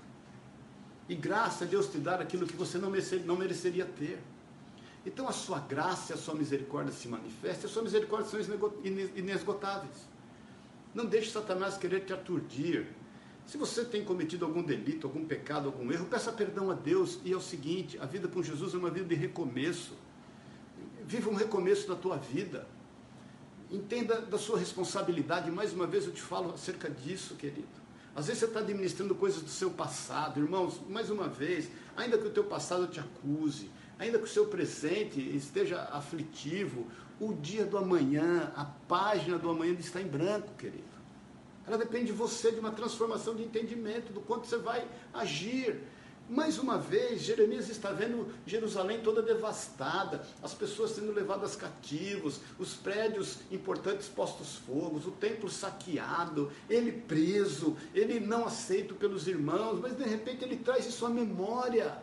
E graça é Deus te dar aquilo que você não mereceria ter. Então a sua graça e a sua misericórdia se manifestam. As suas misericórdias são inesgotáveis. Não deixe Satanás querer te aturdir. Se você tem cometido algum delito, algum pecado, algum erro, peça perdão a Deus. E é o seguinte, a vida com Jesus é uma vida de recomeço. Viva um recomeço da tua vida. Entenda da sua responsabilidade. Mais uma vez eu te falo acerca disso, querido. Às vezes você está administrando coisas do seu passado. Irmãos, mais uma vez, ainda que o teu passado te acuse, ainda que o seu presente esteja aflitivo, o dia do amanhã, a página do amanhã está em branco, querido. Ela depende de você, de uma transformação de entendimento, do quanto você vai agir. Mais uma vez, Jeremias está vendo Jerusalém toda devastada, as pessoas sendo levadas cativos, os prédios importantes postos fogo, o templo saqueado, ele preso, ele não aceito pelos irmãos, mas de repente ele traz isso à memória.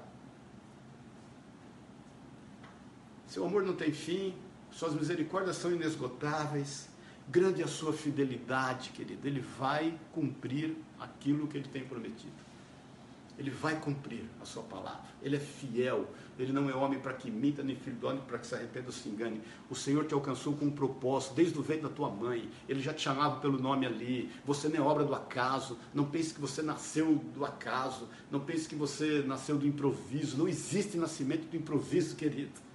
Seu amor não tem fim, suas misericórdias são inesgotáveis, grande é a sua fidelidade, querido. Ele vai cumprir aquilo que ele tem prometido. Ele vai cumprir a sua palavra. Ele é fiel. Ele não é homem para que minta, nem filho de homem para que se arrependa ou se engane. O Senhor te alcançou com um propósito, desde o ventre da tua mãe. Ele já te chamava pelo nome ali. Você não é obra do acaso. Não pense que você nasceu do acaso. Não pense que você nasceu do improviso. Não existe nascimento do improviso, querido.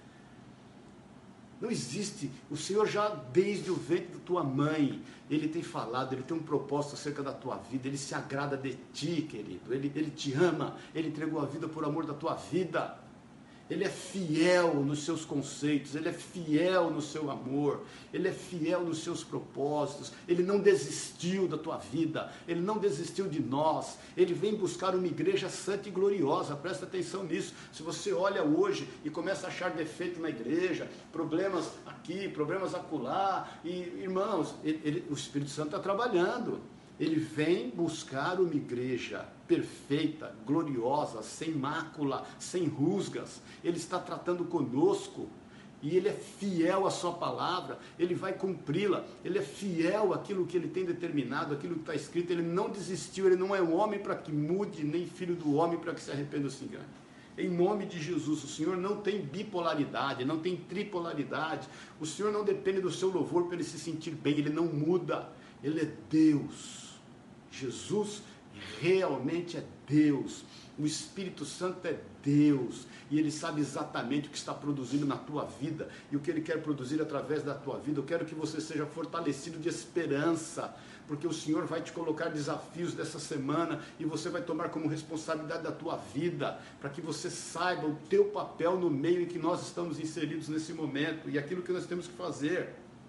Não existe. O Senhor já, desde o ventre da tua mãe, Ele tem falado, Ele tem um propósito acerca da tua vida, Ele se agrada de ti, querido. Ele te ama, Ele entregou a vida por amor da tua vida. Ele é fiel nos seus conceitos, Ele é fiel no seu amor, Ele é fiel nos seus propósitos, Ele não desistiu da tua vida, Ele não desistiu de nós, Ele vem buscar uma igreja santa e gloriosa, presta atenção nisso. Se você olha hoje e começa a achar defeito na igreja, problemas aqui, problemas acolá, e irmãos, o Espírito Santo está trabalhando. Ele vem buscar uma igreja perfeita, gloriosa, sem mácula, sem rusgas. Ele está tratando conosco e Ele é fiel à sua palavra, Ele vai cumpri-la. Ele é fiel àquilo que Ele tem determinado, àquilo que está escrito. Ele não desistiu, Ele não é um homem para que mude, nem filho do homem para que se arrependa ou se engane. Em nome de Jesus, o Senhor não tem bipolaridade, não tem tripolaridade. O Senhor não depende do seu louvor para Ele se sentir bem, Ele não muda. Ele é Deus. Jesus realmente é Deus. O Espírito Santo é Deus. E Ele sabe exatamente o que está produzindo na tua vida. E o que Ele quer produzir através da tua vida. Eu quero que você seja fortalecido de esperança. Porque o Senhor vai te colocar desafios dessa semana. E você vai tomar como responsabilidade da tua vida. Para que você saiba o teu papel no meio em que nós estamos inseridos nesse momento. E aquilo que nós temos que fazer.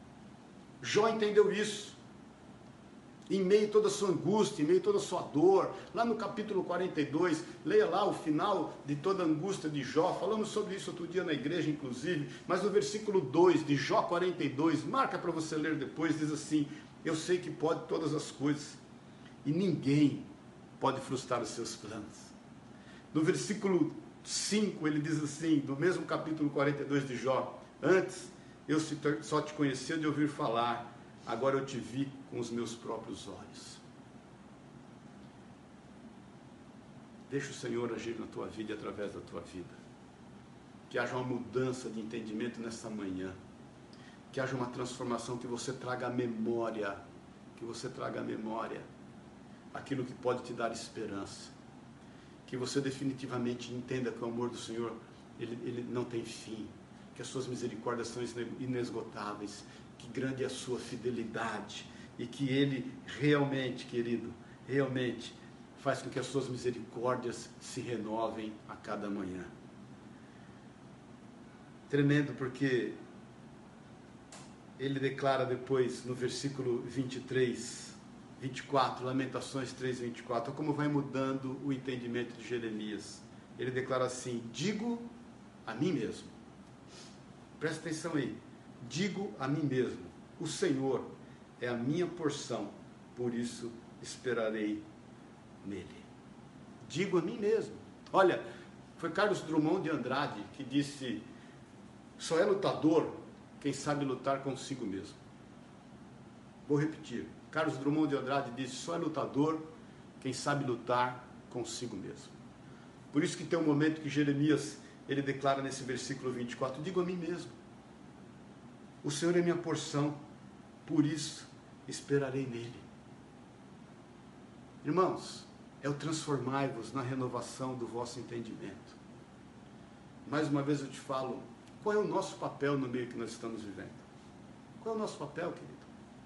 Jó entendeu isso. Em meio a toda a sua angústia, em meio a toda a sua dor, lá no capítulo 42, leia lá o final de toda a angústia de Jó, falamos sobre isso outro dia na igreja inclusive, mas no versículo 2 de Jó 42, marca para você ler depois, diz assim: eu sei que pode todas as coisas, e ninguém pode frustrar os seus planos. No versículo 5 ele diz assim, do mesmo capítulo 42 de Jó: antes eu só te conhecia de ouvir falar, agora eu te vi com os meus próprios olhos. Deixa o Senhor agir na tua vida e através da tua vida. Que haja uma mudança de entendimento nessa manhã. Que haja uma transformação, que você traga a memória. Que você traga a memória aquilo que pode te dar esperança. Que você definitivamente entenda que o amor do Senhor, ele não tem fim, que as suas misericórdias são inesgotáveis, que grande é a sua fidelidade, e que Ele realmente, querido, realmente faz com que as suas misericórdias se renovem a cada manhã. Tremendo, porque ele declara depois no versículo 24, Lamentações 3, 24, como vai mudando o entendimento de Jeremias. Ele declara assim: digo a mim mesmo, presta atenção aí, digo a mim mesmo, o Senhor é a minha porção, por isso esperarei nele. Digo a mim mesmo. Olha, foi Carlos Drummond de Andrade que disse: só é lutador quem sabe lutar consigo mesmo. Vou repetir. Carlos Drummond de Andrade disse: só é lutador quem sabe lutar consigo mesmo. Por isso que tem um momento que Jeremias, ele declara nesse versículo 24, digo a mim mesmo, o Senhor é minha porção, por isso esperarei nele. Irmãos, é o transformai-vos na renovação do vosso entendimento. Mais uma vez eu te falo, qual é o nosso papel no meio que nós estamos vivendo? Qual é o nosso papel, querido?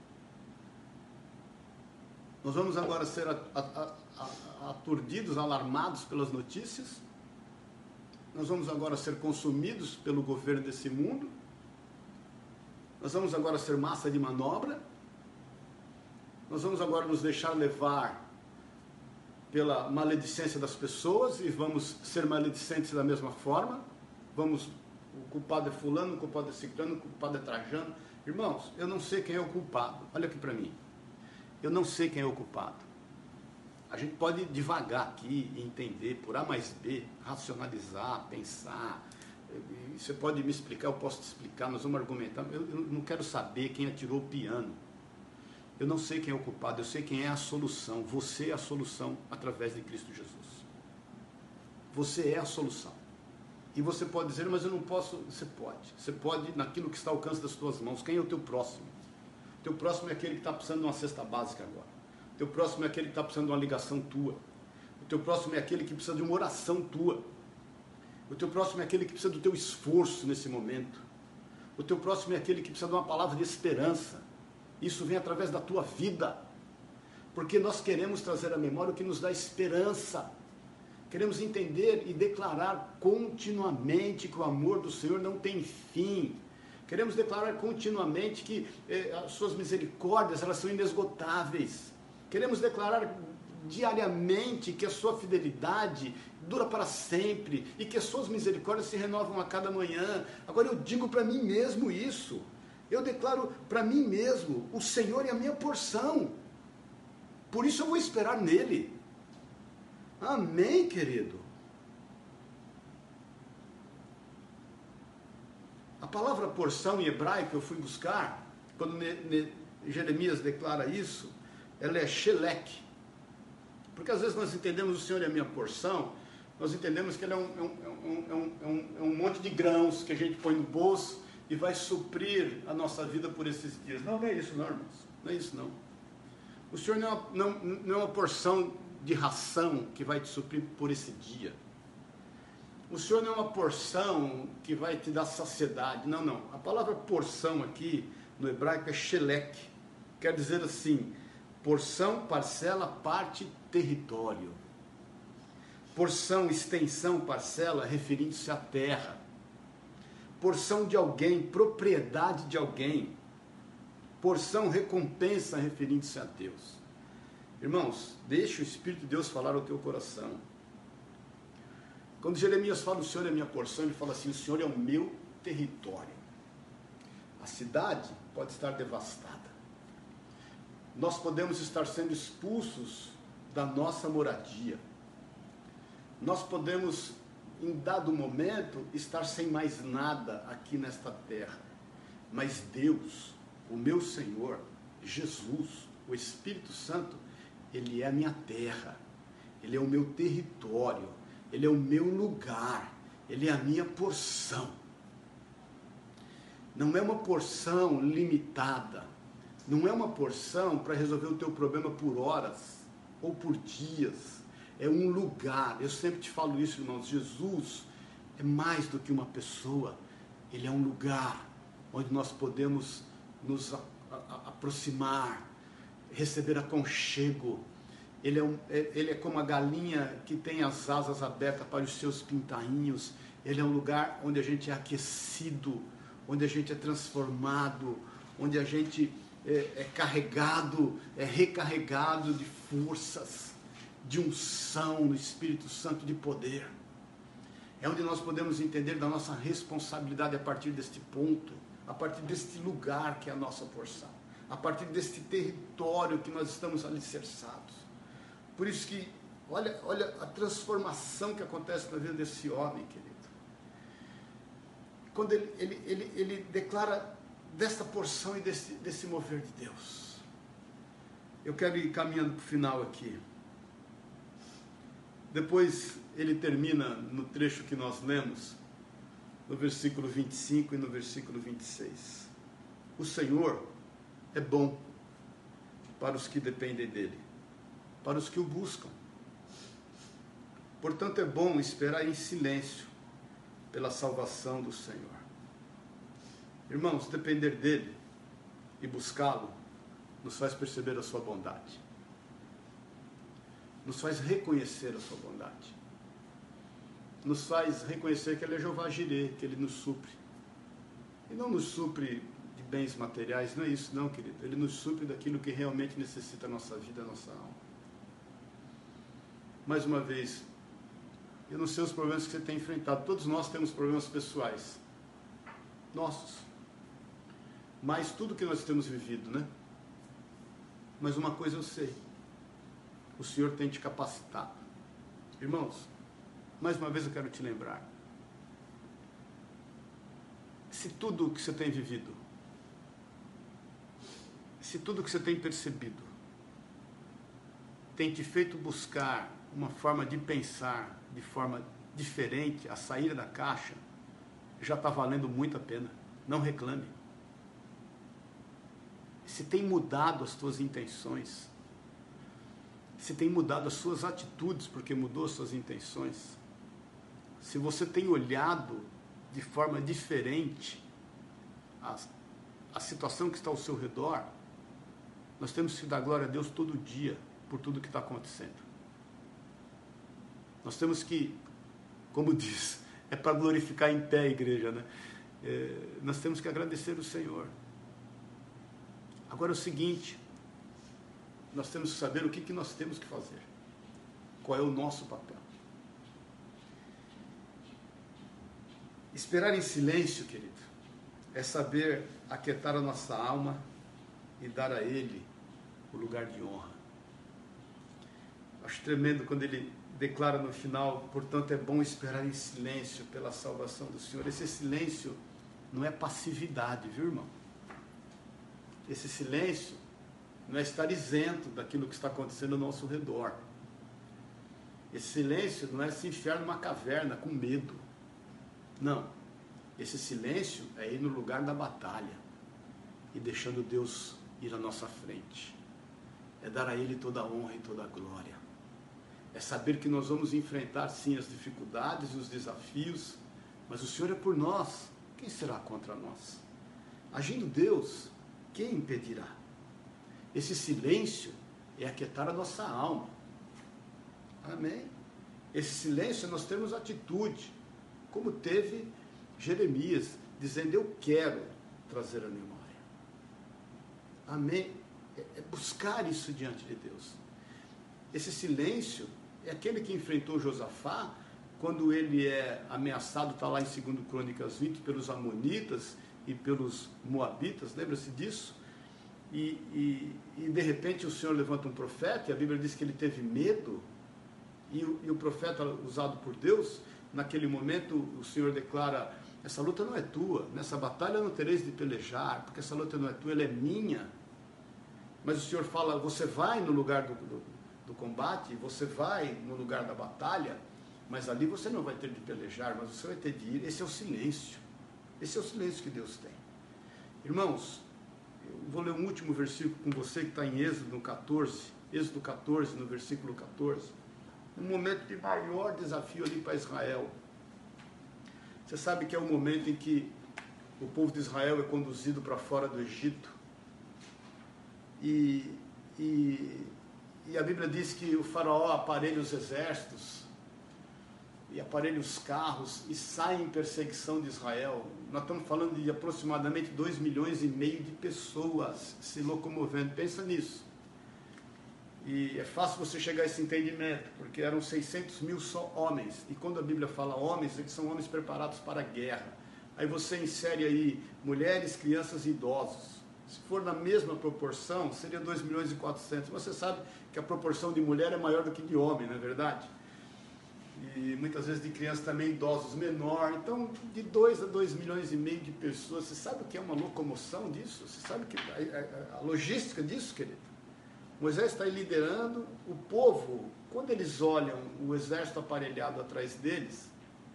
Nós vamos agora ser aturdidos, alarmados pelas notícias? Nós vamos agora ser consumidos pelo governo desse mundo? Nós vamos agora ser massa de manobra? Nós vamos agora nos deixar levar pela maledicência das pessoas e vamos ser maledicentes da mesma forma? O culpado é fulano, o culpado é ciclano, o culpado é trajano. Irmãos, eu não sei quem é o culpado. Olha aqui para mim. Eu não sei quem é o culpado. A gente pode devagar aqui e entender por A mais B, racionalizar, pensar. Você pode me explicar, eu posso te explicar, nós vamos argumentar. Eu não quero saber quem atirou o piano. Eu não sei quem é o culpado, eu sei quem é a solução. Você é a solução através de Cristo Jesus. Você é a solução. E você pode dizer, mas eu não posso. Você pode. Você pode naquilo que está ao alcance das tuas mãos. Quem é o teu próximo? O teu próximo é aquele que está precisando de uma cesta básica agora. O teu próximo é aquele que está precisando de uma ligação tua. O teu próximo é aquele que precisa de uma oração tua. O teu próximo é aquele que precisa do teu esforço nesse momento. O teu próximo é aquele que precisa de uma palavra de esperança. Isso vem através da tua vida. Porque nós queremos trazer à memória o que nos dá esperança. Queremos entender e declarar continuamente que o amor do Senhor não tem fim. Queremos declarar continuamente que as suas misericórdias, elas são inesgotáveis. Queremos declarar diariamente que a sua fidelidade dura para sempre e que as suas misericórdias se renovam a cada manhã. Agora eu digo para mim mesmo isso. Eu declaro para mim mesmo, o Senhor é a minha porção. Por isso eu vou esperar nele. Amém, querido? A palavra porção em hebraico eu fui buscar, quando Jeremias declara isso, ela é shelek. Porque às vezes nós entendemos o Senhor é a minha porção, nós entendemos que ele é um monte de grãos que a gente põe no bolso e vai suprir a nossa vida por esses dias. Não, não é isso não, irmãos. Não é isso não. O Senhor não é uma porção de ração que vai te suprir por esse dia. O Senhor não é uma porção que vai te dar saciedade. Não, não. A palavra porção aqui, no hebraico, é shelek. Quer dizer assim, porção, parcela, parte, território. Porção, extensão, parcela, referindo-se à terra. Porção de alguém, propriedade de alguém. Porção, recompensa, referindo-se a Deus. Irmãos, deixa o Espírito de Deus falar ao teu coração. Quando Jeremias fala, o Senhor é a minha porção, ele fala assim, o Senhor é o meu território. A cidade pode estar devastada. Nós podemos estar sendo expulsos da nossa moradia. Nós podemos, em dado momento, estar sem mais nada aqui nesta terra. Mas Deus, o meu Senhor, Jesus, o Espírito Santo, Ele é a minha terra, Ele é o meu território, Ele é o meu lugar, Ele é a minha porção. Não é uma porção limitada, não é uma porção para resolver o teu problema por horas. ou por dias. É um lugar. Eu sempre te falo isso, irmãos. Jesus é mais do que uma pessoa. Ele é um lugar onde nós podemos nos aproximar, receber aconchego. Ele é como a galinha que tem as asas abertas para os seus pintainhos. Ele é um lugar onde a gente é aquecido, onde a gente é transformado, onde a gente é carregado, é recarregado de forças, de unção no Espírito Santo, de poder. É onde nós podemos entender da nossa responsabilidade a partir deste ponto, a partir deste lugar que é a nossa porção, a partir deste território que nós estamos alicerçados. Por isso que, olha a transformação que acontece na vida desse homem, querido. Quando ele declara desta porção e desse mover de Deus. Eu quero ir caminhando para o final aqui. Depois ele termina no trecho que nós lemos, no versículo 25 e no versículo 26. O Senhor é bom para os que dependem dele, para os que o buscam. Portanto, é bom esperar em silêncio pela salvação do Senhor. Irmãos, depender dele e buscá-lo nos faz perceber a sua bondade. Nos faz reconhecer a sua bondade. Nos faz reconhecer que ele é Jeová Jireh, que ele nos supre. E não nos supre de bens materiais, não é isso não, querido. Ele nos supre daquilo que realmente necessita a nossa vida, a nossa alma. Mais uma vez, eu não sei os problemas que você tem enfrentado. Todos nós temos problemas pessoais. Nossos. Mas tudo que nós temos vivido, né? Mas uma coisa eu sei. O Senhor tem te capacitado. Irmãos, mais uma vez eu quero te lembrar. Se tudo que você tem vivido, se tudo que você tem percebido, tem te feito buscar uma forma de pensar de forma diferente, a sair da caixa, já está valendo muito a pena. Não reclame. Se tem mudado as tuas intenções, se tem mudado as suas atitudes porque mudou as suas intenções, se você tem olhado de forma diferente a situação que está ao seu redor, nós temos que dar glória a Deus todo dia por tudo que está acontecendo. Nós temos que, como diz, é para glorificar em pé a igreja, né? Nós temos que agradecer o Senhor. Agora é o seguinte, nós temos que saber o que nós temos que fazer. Qual é o nosso papel. Esperar em silêncio, querido, é saber aquietar a nossa alma e dar a Ele o lugar de honra. Acho tremendo quando ele declara no final, portanto é bom esperar em silêncio pela salvação do Senhor. Esse silêncio não é passividade, viu, irmão? Esse silêncio não é estar isento daquilo que está acontecendo ao nosso redor. Esse silêncio não é se enfiar numa caverna com medo. Não. Esse silêncio é ir no lugar da batalha e deixando Deus ir à nossa frente. É dar a Ele toda a honra e toda a glória. É saber que nós vamos enfrentar sim as dificuldades e os desafios, mas o Senhor é por nós. Quem será contra nós? Agindo Deus, quem impedirá? Esse silêncio é aquietar a nossa alma. Amém? Esse silêncio é nós termos atitude, como teve Jeremias, dizendo, eu quero trazer a memória. Amém? É buscar isso diante de Deus. Esse silêncio é aquele que enfrentou Josafá, quando ele é ameaçado, está lá em 2 Crônicas 20, pelos amonitas e pelos moabitas, lembra-se disso? E de repente o Senhor levanta um profeta, e a Bíblia diz que ele teve medo, e o profeta usado por Deus, naquele momento o Senhor declara, essa luta não é tua, nessa batalha não tereis de pelejar, porque essa luta não é tua, ela é minha. Mas o Senhor fala, você vai no lugar do combate, você vai no lugar da batalha, mas ali você não vai ter de pelejar, mas você vai ter de ir. Esse é o silêncio. Esse é o silêncio que Deus tem. Irmãos, eu vou ler um último versículo com você, que está em Êxodo, no 14. Êxodo 14, no versículo 14, um momento de maior desafio ali para Israel. Você sabe que é o momento em que o povo de Israel é conduzido para fora do Egito. E a Bíblia diz que o faraó aparelha os exércitos e aparelha os carros e sai em perseguição de Israel. Nós estamos falando de aproximadamente 2,5 milhões de pessoas se locomovendo. Pensa nisso. E é fácil você chegar a esse entendimento, porque eram 600 mil só homens. E quando a Bíblia fala homens, eles são homens preparados para a guerra. Aí você insere aí mulheres, crianças e idosos. Se for na mesma proporção, seria 2,4 milhões. Você sabe que a proporção de mulher é maior do que de homem, não é verdade? E muitas vezes de crianças também, idosos menor. Então, de 2 a 2,5 milhões de pessoas. Você sabe o que é uma locomoção disso? Você sabe que a logística disso, querido? Moisés está aí liderando o povo. Quando eles olham o exército aparelhado atrás deles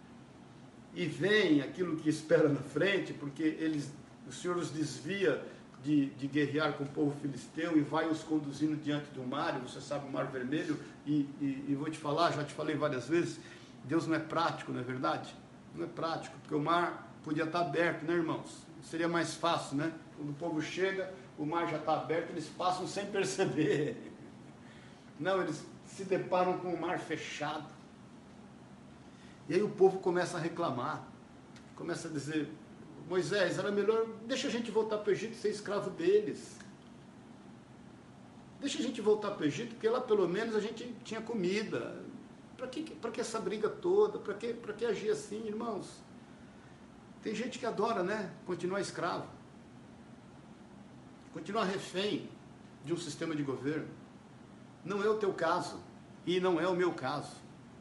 e veem aquilo que espera na frente, porque o Senhor os desvia de guerrear com o povo filisteu e vai os conduzindo diante do mar, você sabe, o Mar Vermelho, e vou te falar, já te falei várias vezes, Deus não é prático, não é verdade? Não é prático, porque o mar podia estar aberto, né, irmãos? Seria mais fácil, né? Quando o povo chega, o mar já está aberto, eles passam sem perceber. Não, eles se deparam com o mar fechado. E aí o povo começa a reclamar, começa a dizer: Moisés, era melhor, deixa a gente voltar para o Egito e ser escravo deles. Deixa a gente voltar para o Egito, porque lá pelo menos a gente tinha comida. Para que essa briga toda? Para que agir assim, irmãos? Tem gente que adora, né? Continuar escravo. Continuar refém de um sistema de governo. Não é o teu caso. E não é o meu caso.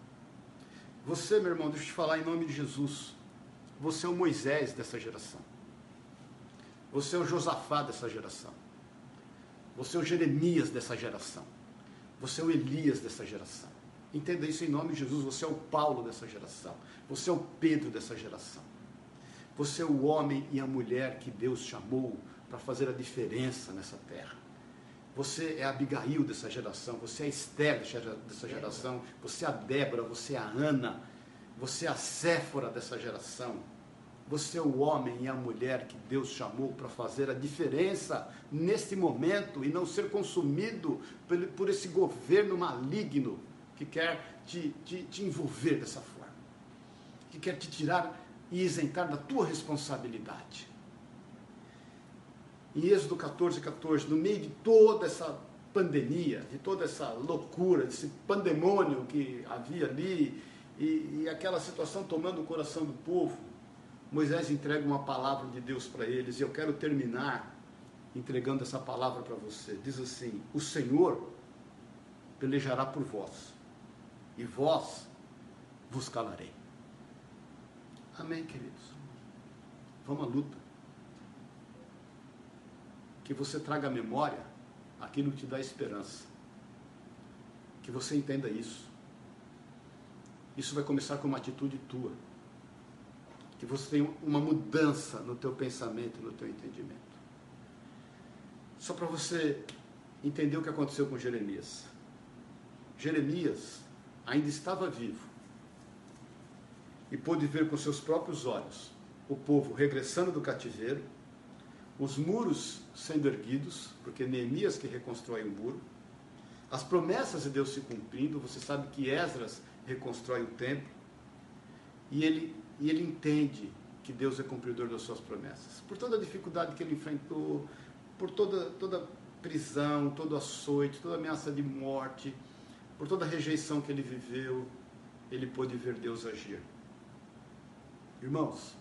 Você, meu irmão, deixa eu te falar em nome de Jesus. Você é o Moisés dessa geração. Você é o Josafá dessa geração. Você é o Jeremias dessa geração. Você é o Elias dessa geração. Entenda isso em nome de Jesus. Você é o Paulo dessa geração. Você é o Pedro dessa geração. Você é o homem e a mulher que Deus chamou para fazer a diferença nessa terra. Você é a Abigail dessa geração. Você é a Esther dessa geração. Você é a Débora. Você é a Ana. Você é a Séfora dessa geração. Você é o homem e a mulher que Deus chamou para fazer a diferença nesse momento e não ser consumido por esse governo maligno que quer te envolver dessa forma, que quer te tirar e isentar da tua responsabilidade. Em Êxodo 14, no meio de toda essa pandemia, de toda essa loucura, desse pandemônio que havia ali, e aquela situação tomando o coração do povo, Moisés entrega uma palavra de Deus para eles, e eu quero terminar entregando essa palavra para você. Diz assim: o Senhor pelejará por vós, e vós vos calarei. Amém, queridos? Vamos à luta. Que você traga à memória aquilo que te dá esperança. Que você entenda isso. Isso vai começar com uma atitude tua. Que você tenha uma mudança no teu pensamento, no teu entendimento. Só para você entender o que aconteceu com Jeremias. Jeremias ainda estava vivo e pôde ver com seus próprios olhos o povo regressando do cativeiro, os muros sendo erguidos, porque Neemias que reconstrói o muro, as promessas de Deus se cumprindo. Você sabe que Esdras reconstrói o templo, e ele entende que Deus é cumpridor das suas promessas. Por toda a dificuldade que ele enfrentou, por toda prisão, todo açoite, toda ameaça de morte, por toda a rejeição que ele viveu, ele pôde ver Deus agir. Irmãos,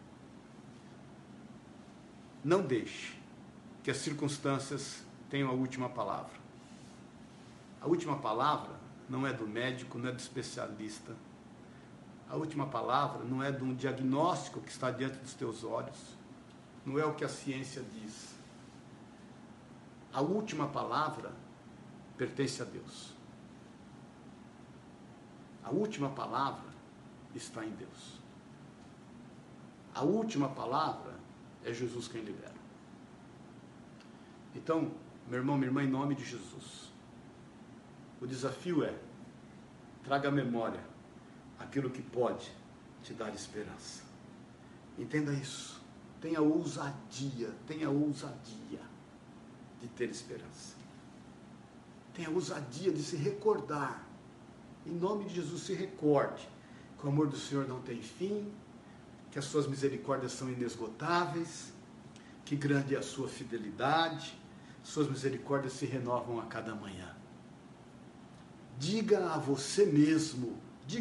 não deixe que as circunstâncias tenham a última palavra. A última palavra não é do médico, não é do especialista. A última palavra não é de um diagnóstico que está diante dos teus olhos. Não é o que a ciência diz. A última palavra pertence a Deus. A última palavra está em Deus. A última palavra é Jesus quem libera. Então, meu irmão, minha irmã, em nome de Jesus, O desafio é, traga à memória aquilo que pode te dar esperança. Entenda isso. Tenha ousadia de ter esperança. Tenha ousadia de se recordar. Em nome de Jesus, se recorde que o amor do Senhor não tem fim, que as suas misericórdias são inesgotáveis, que grande é a sua fidelidade, suas misericórdias se renovam a cada manhã. Diga a você mesmo,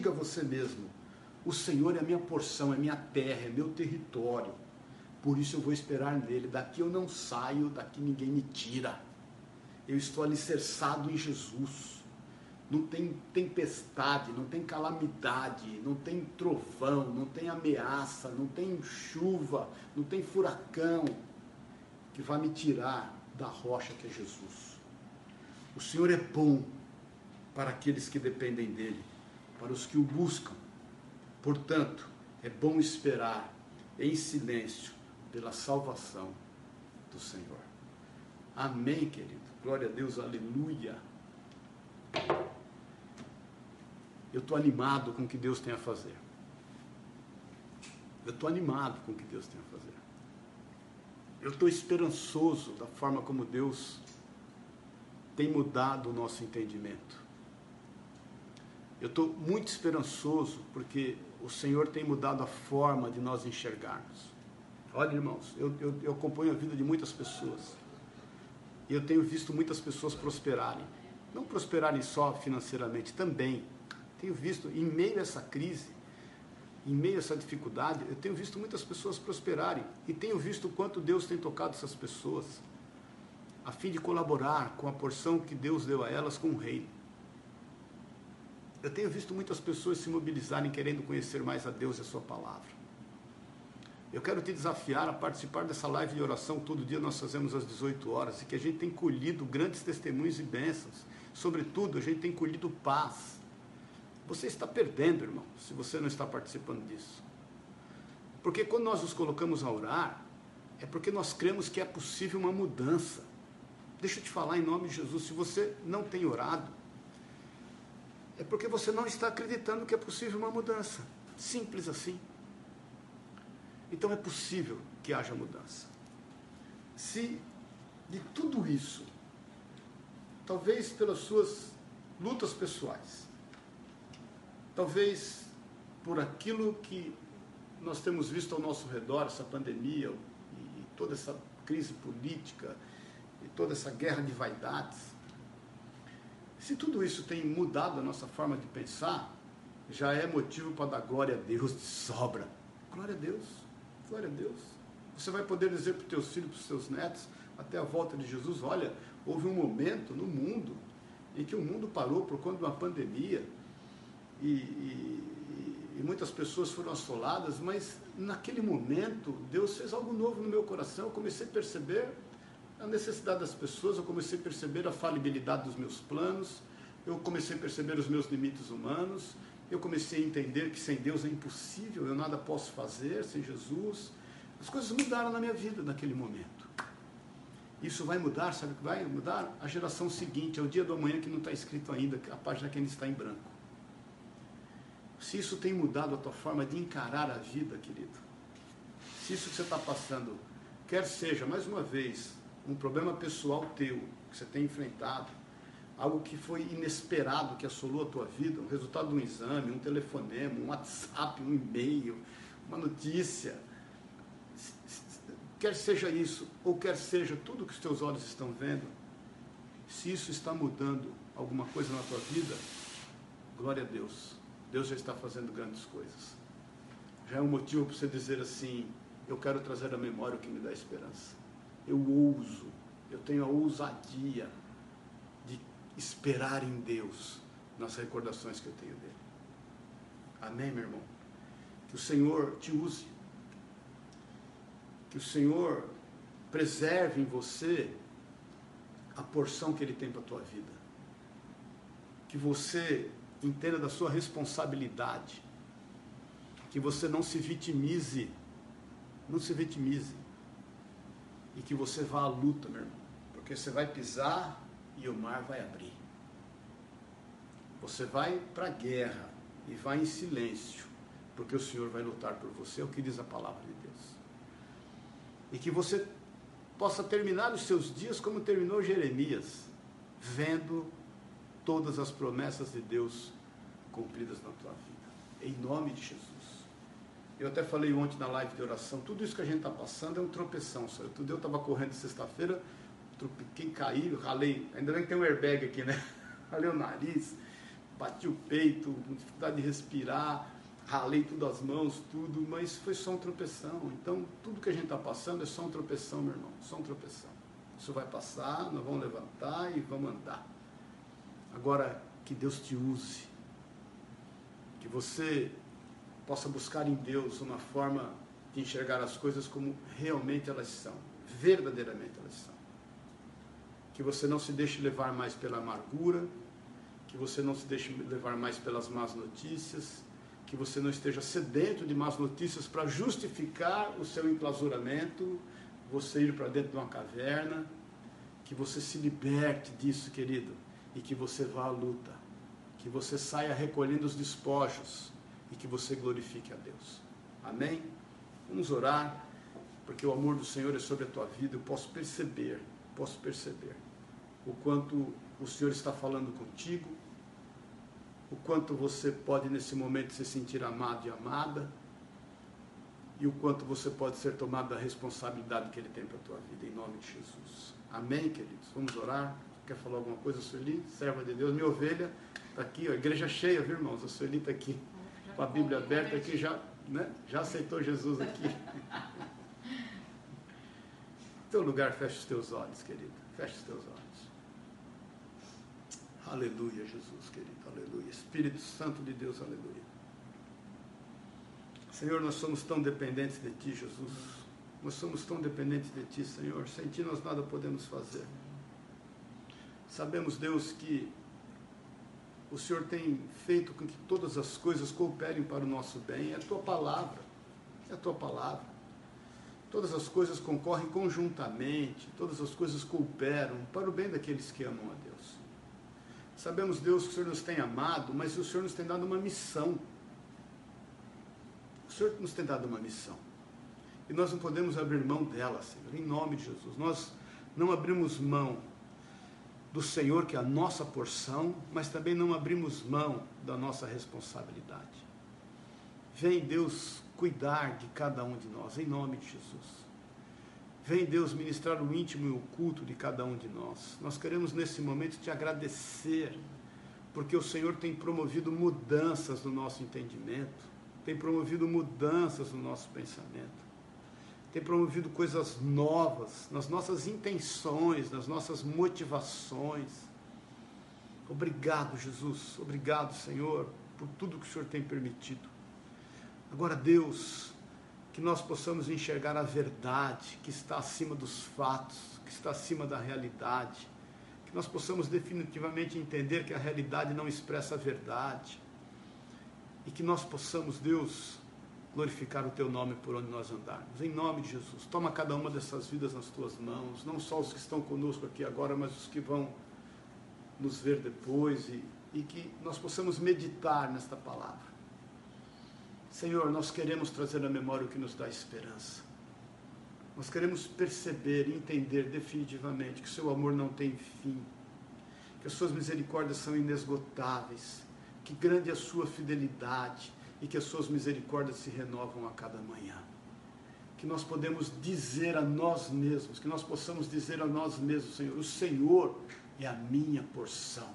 o Senhor é a minha porção, é minha terra, é meu território, por isso eu vou esperar nele, daqui eu não saio, daqui ninguém me tira, eu estou alicerçado em Jesus, não tem tempestade, não tem calamidade, não tem trovão, não tem ameaça, não tem chuva, não tem furacão, que vai me tirar da rocha que é Jesus. O Senhor é bom para aqueles que dependem dele, para os que o buscam. Portanto, é bom esperar em silêncio pela salvação do Senhor. Amém, querido. Glória a Deus, aleluia. Eu estou animado com o que Deus tem a fazer. Eu estou esperançoso da forma como Deus tem mudado o nosso entendimento. Eu estou muito esperançoso porque o Senhor tem mudado a forma de nós enxergarmos. Olha, irmãos, eu acompanho a vida de muitas pessoas e eu tenho visto muitas pessoas prosperarem. Não prosperarem só financeiramente, também. Tenho visto, em meio a essa crise, em meio a essa dificuldade, eu tenho visto muitas pessoas prosperarem e tenho visto o quanto Deus tem tocado essas pessoas a fim de colaborar com a porção que Deus deu a elas com o reino. Eu tenho visto muitas pessoas se mobilizarem querendo conhecer mais a Deus e a sua palavra. Eu quero te desafiar a participar dessa live de oração. Todo dia nós fazemos às 18 horas e que a gente tem colhido grandes testemunhos e bênçãos. Sobretudo, a gente tem colhido paz. Você está perdendo, irmão, se você não está participando disso. Porque quando nós nos colocamos a orar, é porque nós cremos que é possível uma mudança. Deixa eu te falar em nome de Jesus, se você não tem orado, é porque você não está acreditando que é possível uma mudança. Simples assim. Então é possível que haja mudança. Se de tudo isso, talvez pelas suas lutas pessoais, talvez por aquilo que nós temos visto ao nosso redor, essa pandemia e toda essa crise política e toda essa guerra de vaidades, se tudo isso tem mudado a nossa forma de pensar, já é motivo para dar glória a Deus de sobra. Glória a Deus, glória a Deus. Você vai poder dizer para os teus filhos, para os seus netos, até a volta de Jesus, olha, houve um momento no mundo em que o mundo parou por conta de uma pandemia e muitas pessoas foram assoladas, mas naquele momento Deus fez algo novo no meu coração. Eu comecei a perceber a necessidade das pessoas, eu comecei a perceber a falibilidade dos meus planos, eu comecei a perceber os meus limites humanos, eu comecei a entender que sem Deus é impossível, eu nada posso fazer sem Jesus. As coisas mudaram na minha vida naquele momento. Isso vai mudar, sabe o que vai mudar? A geração seguinte, é o dia do amanhã que não está escrito ainda, a página que ainda está em branco. Se isso tem mudado a tua forma de encarar a vida, querido, se isso que você está passando, quer seja, mais uma vez, um problema pessoal teu, que você tem enfrentado, algo que foi inesperado, que assolou a tua vida, um resultado de um exame, um telefonema, um WhatsApp, um e-mail, uma notícia, quer seja isso, ou quer seja tudo que os teus olhos estão vendo, se isso está mudando alguma coisa na tua vida, glória a Deus. Deus já está fazendo grandes coisas. Já é um motivo para você dizer assim, eu quero trazer à memória o que me dá esperança. Eu ouso, eu tenho a ousadia de esperar em Deus nas recordações que eu tenho dele. Amém, meu irmão? Que o Senhor te use. Que o Senhor preserve em você a porção que Ele tem para a tua vida. Que você entenda da sua responsabilidade. Que você não se vitimize. Não se vitimize. E que você vá à luta, meu irmão. Porque você vai pisar e o mar vai abrir. Você vai para a guerra e vai em silêncio, porque o Senhor vai lutar por você, é o que diz a palavra de Deus. E que você possa terminar os seus dias como terminou Jeremias, vendo todas as promessas de Deus cumpridas na tua vida, em nome de Jesus. Eu até falei ontem na live de oração, tudo isso que a gente está passando é um tropeção. Só eu estava correndo sexta-feira, tropiquei, caí, ralei, ainda bem que tem um airbag aqui, né? Ralei o nariz, bati o peito, dificuldade de respirar, ralei tudo as mãos, tudo, mas foi só um tropeção. Então, tudo que a gente está passando é só um tropeção, meu irmão, só um tropeção. Isso vai passar, nós vamos levantar e vamos andar. Agora, que Deus te use, que você possa buscar em Deus uma forma de enxergar as coisas como realmente elas são, verdadeiramente elas são. Que você não se deixe levar mais pela amargura, que você não se deixe levar mais pelas más notícias, que você não esteja sedento de más notícias para justificar o seu enclausuramento, você ir para dentro de uma caverna, que você se liberte disso, querido, e que você vá à luta, que você saia recolhendo os despojos e que você glorifique a Deus. Amém? Vamos orar, porque o amor do Senhor é sobre a tua vida. Eu posso perceber o quanto o Senhor está falando contigo, o quanto você pode nesse momento se sentir amado e amada, e o quanto você pode ser tomado da responsabilidade que Ele tem para a tua vida, em nome de Jesus. Amém, queridos? Vamos orar. Quer falar alguma coisa, Sueli? Serva de Deus, minha ovelha está aqui, ó, a igreja cheia, viu, irmãos? A Sueli está aqui, com a Bíblia aberta aqui, já aceitou Jesus aqui. Teu lugar, fecha os teus olhos, querido. Fecha os teus olhos. Aleluia, Jesus, querido. Aleluia. Espírito Santo de Deus, aleluia. Senhor, nós somos tão dependentes de Ti, Jesus. Nós somos tão dependentes de Ti, Senhor. Sem Ti nós nada podemos fazer. Sabemos, Deus, que o Senhor tem feito com que todas as coisas cooperem para o nosso bem. É a Tua palavra. É a Tua palavra. Todas as coisas concorrem conjuntamente. Todas as coisas cooperam para o bem daqueles que amam a Deus. Sabemos, Deus, que o Senhor nos tem amado, mas o Senhor nos tem dado uma missão. O Senhor nos tem dado uma missão. E nós não podemos abrir mão dela, Senhor, em nome de Jesus. Nós não abrimos mão do Senhor, que é a nossa porção, mas também não abrimos mão da nossa responsabilidade. Vem, Deus, cuidar de cada um de nós, em nome de Jesus. Vem, Deus, ministrar o íntimo e o culto de cada um de nós. Nós queremos, nesse momento, te agradecer, porque o Senhor tem promovido mudanças no nosso entendimento, tem promovido mudanças no nosso pensamento, tem promovido coisas novas nas nossas intenções, nas nossas motivações. Obrigado, Jesus. Obrigado, Senhor, por tudo que o Senhor tem permitido. Agora, Deus, que nós possamos enxergar a verdade que está acima dos fatos, que está acima da realidade, que nós possamos definitivamente entender que a realidade não expressa a verdade, e que nós possamos, Deus, glorificar o Teu nome por onde nós andarmos, em nome de Jesus. Toma cada uma dessas vidas nas Tuas mãos, não só os que estão conosco aqui agora, mas os que vão nos ver depois, e que nós possamos meditar nesta palavra. Senhor, nós queremos trazer à memória o que nos dá esperança. Nós queremos perceber e entender definitivamente que o Seu amor não tem fim, que as Suas misericórdias são inesgotáveis, que grande é a Sua fidelidade e que as Suas misericórdias se renovam a cada manhã. Que nós podemos dizer a nós mesmos, que nós possamos dizer a nós mesmos, Senhor, o Senhor é a minha porção.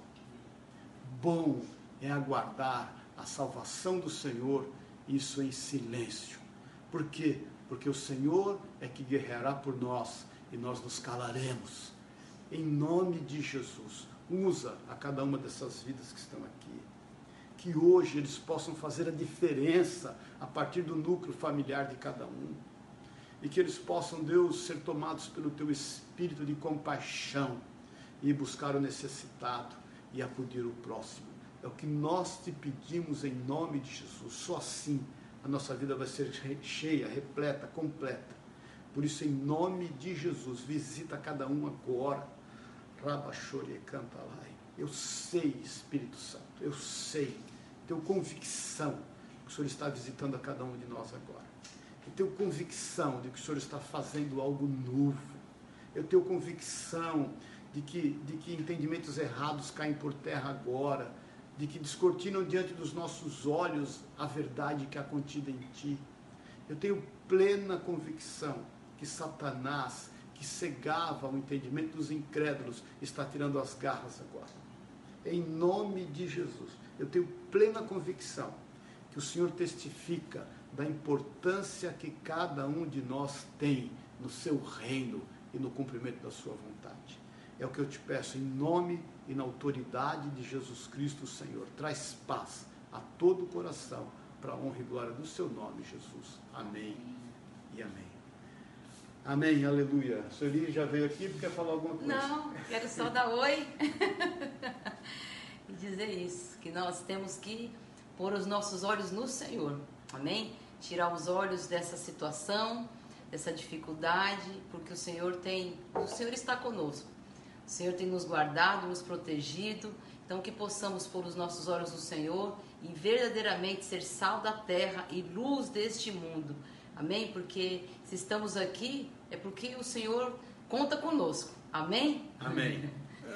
Bom é aguardar a salvação do Senhor, isso em silêncio. Por quê? Porque o Senhor é que guerreará por nós e nós nos calaremos. Em nome de Jesus, usa a cada uma dessas vidas que estão aqui. Que hoje eles possam fazer a diferença a partir do núcleo familiar de cada um. E que eles possam, Deus, ser tomados pelo Teu Espírito de compaixão e buscar o necessitado e acudir o próximo. É o que nós te pedimos em nome de Jesus. Só assim a nossa vida vai ser cheia, repleta, completa. Por isso, em nome de Jesus, visita cada um agora. Rabachore Cantalai. Eu sei, Espírito Santo, eu sei, tenho convicção que o Senhor está visitando a cada um de nós agora. Eu tenho convicção de que o Senhor está fazendo algo novo. Eu tenho convicção de que entendimentos errados caem por terra agora, de que descortinam diante dos nossos olhos a verdade que há contida em Ti. Eu tenho plena convicção que Satanás, que cegava o entendimento dos incrédulos, está tirando as garras agora. Em nome de Jesus, eu tenho plena convicção que o Senhor testifica da importância que cada um de nós tem no seu reino e no cumprimento da sua vontade. É o que eu te peço em nome e na autoridade de Jesus Cristo, Senhor. Traz paz a todo o coração, para a honra e glória do seu nome, Jesus. Amém e amém. Amém, aleluia. A Sueli já veio aqui, quer falar alguma coisa? Não, quero só dar oi e dizer isso, que nós temos que pôr os nossos olhos no Senhor, amém? Tirar os olhos dessa situação, dessa dificuldade, porque o Senhor está conosco, o Senhor tem nos guardado, nos protegido, então que possamos pôr os nossos olhos no Senhor e verdadeiramente ser sal da terra e luz deste mundo, amém? Porque se estamos aqui, é porque o Senhor conta conosco, amém? Amém.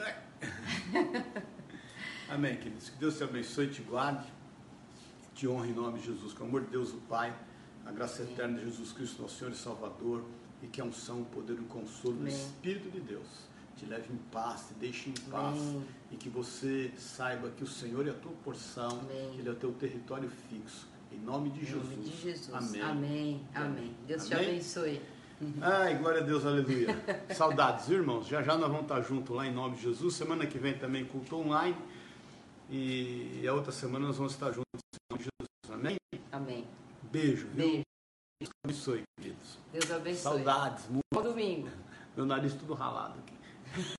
Amém, queridos. Que Deus te abençoe e te guarde, te honre em nome de Jesus, com o amor de Deus o Pai, a graça eterna de Jesus Cristo, nosso Senhor e Salvador, e que a unção, o poder e o consolo do Espírito de Deus te leve em paz, te deixe em paz, e que você saiba que o Senhor é a tua porção, Ele é o teu território fixo, em nome de Jesus. Em nome de Jesus. Amém. Amém. Amém. Deus te Amém? abençoe. Ai, glória a Deus, aleluia. Saudades, viu, irmãos? Já nós vamos estar juntos lá em nome de Jesus. Semana que vem também culto online. E a outra semana nós vamos estar juntos em nome de Jesus. Amém? Amém. Beijo, viu? Beijo. Deus abençoe, queridos. Deus abençoe. Saudades. Bom domingo. Meu nariz tudo ralado aqui.